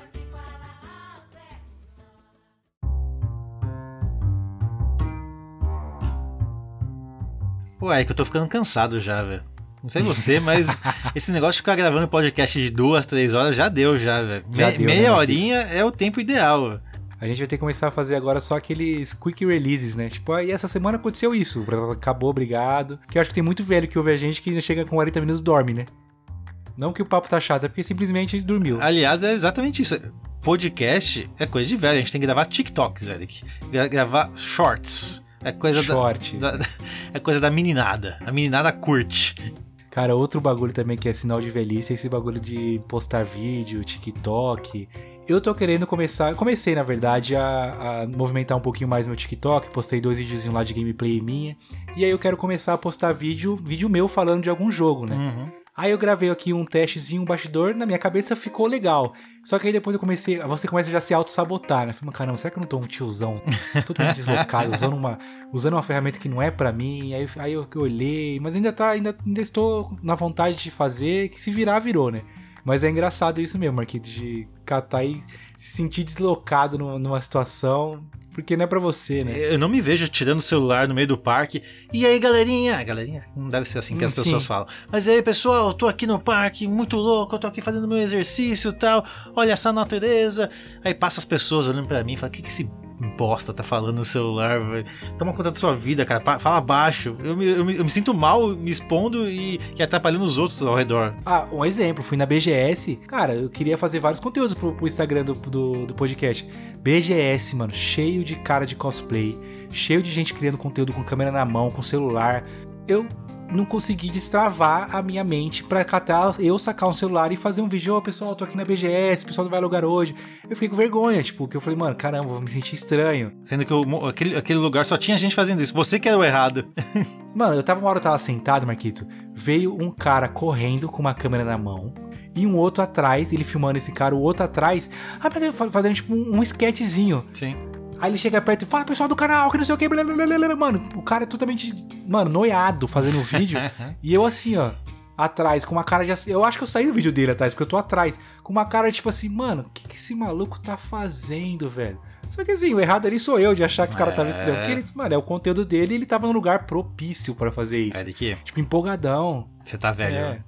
Pô, é que eu tô ficando cansado já, velho. Não sei você, mas esse negócio de ficar gravando podcast de duas, três horas já deu, já, velho. Me, deu, meia né, horinha é o tempo ideal. A gente vai ter que começar a fazer agora só aqueles quick releases, né? Tipo, aí essa semana aconteceu isso. Acabou, obrigado. Porque eu acho que tem muito velho que ouve a gente que chega com quarenta minutos e dorme, né? Não que o papo tá chato, é porque simplesmente dormiu. Aliás, é exatamente isso. Podcast é coisa de velho. A gente tem que gravar TikToks, Eric. Gravar shorts. É coisa Short. da, da, é coisa da meninada. A meninada curte. Cara, outro bagulho também que é sinal de velhice é esse bagulho de postar vídeo, TikTok. Eu tô querendo começar... Comecei, na verdade, a, a movimentar um pouquinho mais meu TikTok. Postei dois videozinhos lá de gameplay minha. E aí eu quero começar a postar vídeo, vídeo meu falando de algum jogo, né? Uhum. Aí eu gravei aqui um testezinho, um bastidor, na minha cabeça ficou legal. Só que aí depois eu comecei, você começa já a se auto-sabotar, né? Falei, caramba, será que eu não tô um tiozão totalmente deslocado, usando uma, usando uma ferramenta que não é pra mim? Aí, aí eu, eu olhei, mas ainda, tá, ainda, ainda estou na vontade de fazer, que se virar, virou, né? Mas é engraçado isso mesmo, Marquito, de catar e se sentir deslocado numa, numa situação... Porque não é pra você, né? Eu não me vejo tirando o celular no meio do parque. E aí, galerinha? Galerinha? Não deve ser assim que hum, as pessoas sim. falam. Mas aí, pessoal, eu tô aqui no parque, muito louco, eu tô aqui fazendo meu exercício e tal. Olha essa natureza. Aí passa as pessoas olhando pra mim e falam, o que que esse bosta tá falando no celular, velho? Toma conta da sua vida, cara. Fala baixo. Eu me, eu me, eu me sinto mal me expondo e, e atrapalhando os outros ao redor. Ah, um exemplo. Fui na B G S. Cara, eu queria fazer vários conteúdos pro, pro Instagram do, do, do podcast. B G S, mano, cheio de cara de cosplay. Cheio de gente criando conteúdo com câmera na mão, com celular. Eu não consegui destravar a minha mente pra catar, eu sacar um celular e fazer um vídeo. Ô, oh, pessoal, tô aqui na B G S, o pessoal não vai lugar hoje. Eu fiquei com vergonha, tipo, porque eu falei, mano, caramba, vou me sentir estranho. Sendo que eu, aquele, aquele lugar só tinha gente fazendo isso. Você que era o errado. Mano, eu tava uma hora, eu tava sentado, Marquito. Veio um cara correndo com uma câmera na mão. E um outro atrás, ele filmando esse cara, o outro atrás, ah, fazendo tipo um, um sketchzinho. Sim. Aí ele chega perto e fala, pessoal do canal, que não sei o que, blá, blá, blá, blá. Mano, o cara é totalmente, mano, noiado fazendo o vídeo. E eu assim, ó, atrás, com uma cara de... Eu acho que eu saí do vídeo dele atrás, porque eu tô atrás. Com uma cara tipo assim, mano, o que, que esse maluco tá fazendo, velho? Só que assim, o errado ali sou eu de achar que o cara É. tava estranho. Porque ele, mano, é o conteúdo dele e ele tava num lugar propício pra fazer isso. Eric, Tipo, empolgadão. você tá velho. É.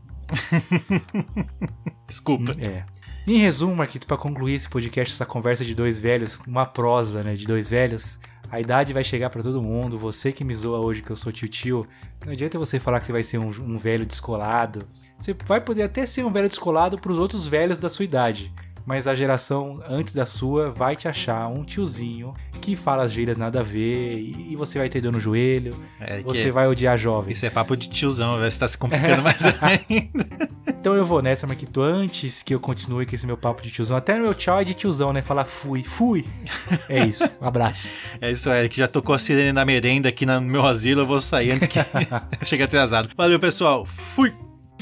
Desculpa. É. Em resumo, Marquito, pra concluir esse podcast, essa conversa de dois velhos, uma prosa, né, de dois velhos, a idade vai chegar pra todo mundo. Você que me zoa hoje que eu sou tio-tio, não adianta você falar que você vai ser um, um velho descolado. Você vai poder até ser um velho descolado pros outros velhos da sua idade. Mas a geração antes da sua vai te achar um tiozinho que fala as gírias nada a ver e você vai ter dor no joelho, É, você que- vai odiar jovens. Isso é papo de tiozão, velho. Você tá se complicando mais ainda. Então eu vou nessa, Marquito, antes que eu continue com esse meu papo de tiozão. Até no meu tchau é de tiozão, né? Falar fui, fui. É isso, um abraço. É isso, Eric. Já tocou a sirene na merenda aqui no meu asilo. Eu vou sair antes que chegue atrasado. Valeu, pessoal. Fui!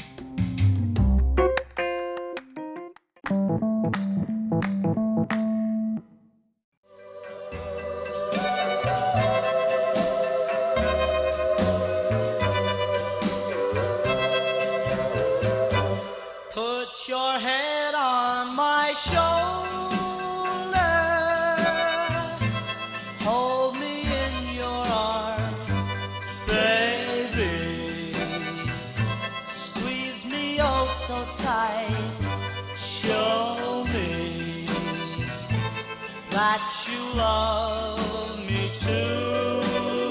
Put your head on my shoulder. Hold me in your arms, baby. Squeeze me oh so tight. Show me that you love me too.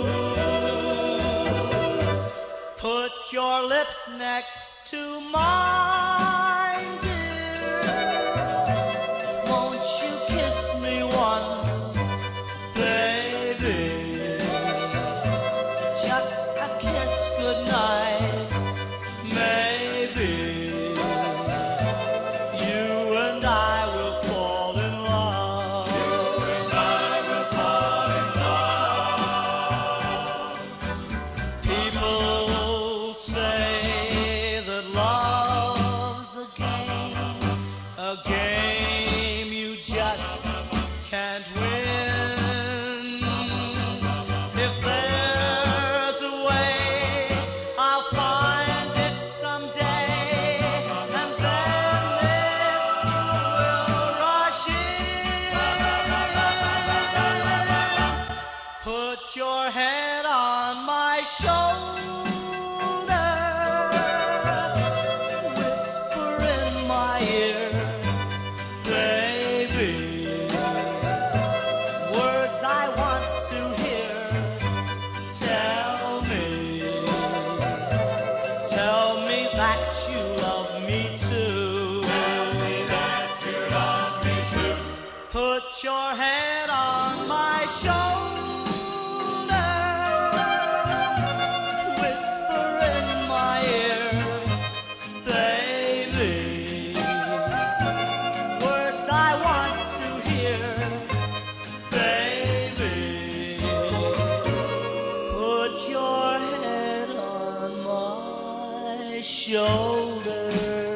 Put your lips next to mine, dear. Won't you kiss me once, baby? Just a kiss goodnight, maybe. You and I will fall in love. You and I will fall in love. People say that love's a game, a game you just can't win. If there's a way, I'll find it someday, and then this will rush in. Put your head on my shoulder. Whisper in my ear, baby. Words I want to hear. Tell me, tell me that you love me too. Tell me that you love me too. Put your head on my shoulder. Whisper in my ear, baby. Words I want to hear, baby. Put your head on my shoulder.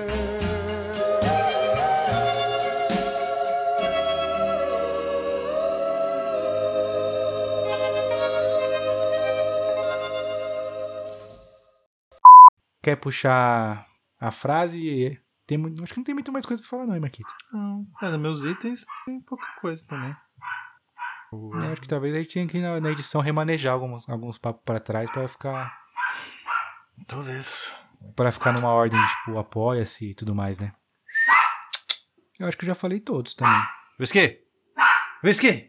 Quer puxar a frase? Tem, mu- acho que não tem muito mais coisa pra falar não, hein, Marquito? Não, é, nos meus itens tem pouca coisa também. Eu acho que talvez a gente tinha que na, na edição remanejar alguns, alguns papos pra trás pra ficar, Talvez. pra ficar numa ordem, tipo, apoia-se e tudo mais, né? Eu acho que eu já falei todos também. Whisky! Whisky!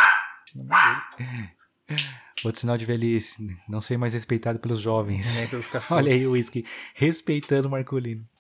Outro sinal de velhice, não ser mais respeitado pelos jovens. É, pelos cachorros. Olha aí o whisky, respeitando o Marcolino.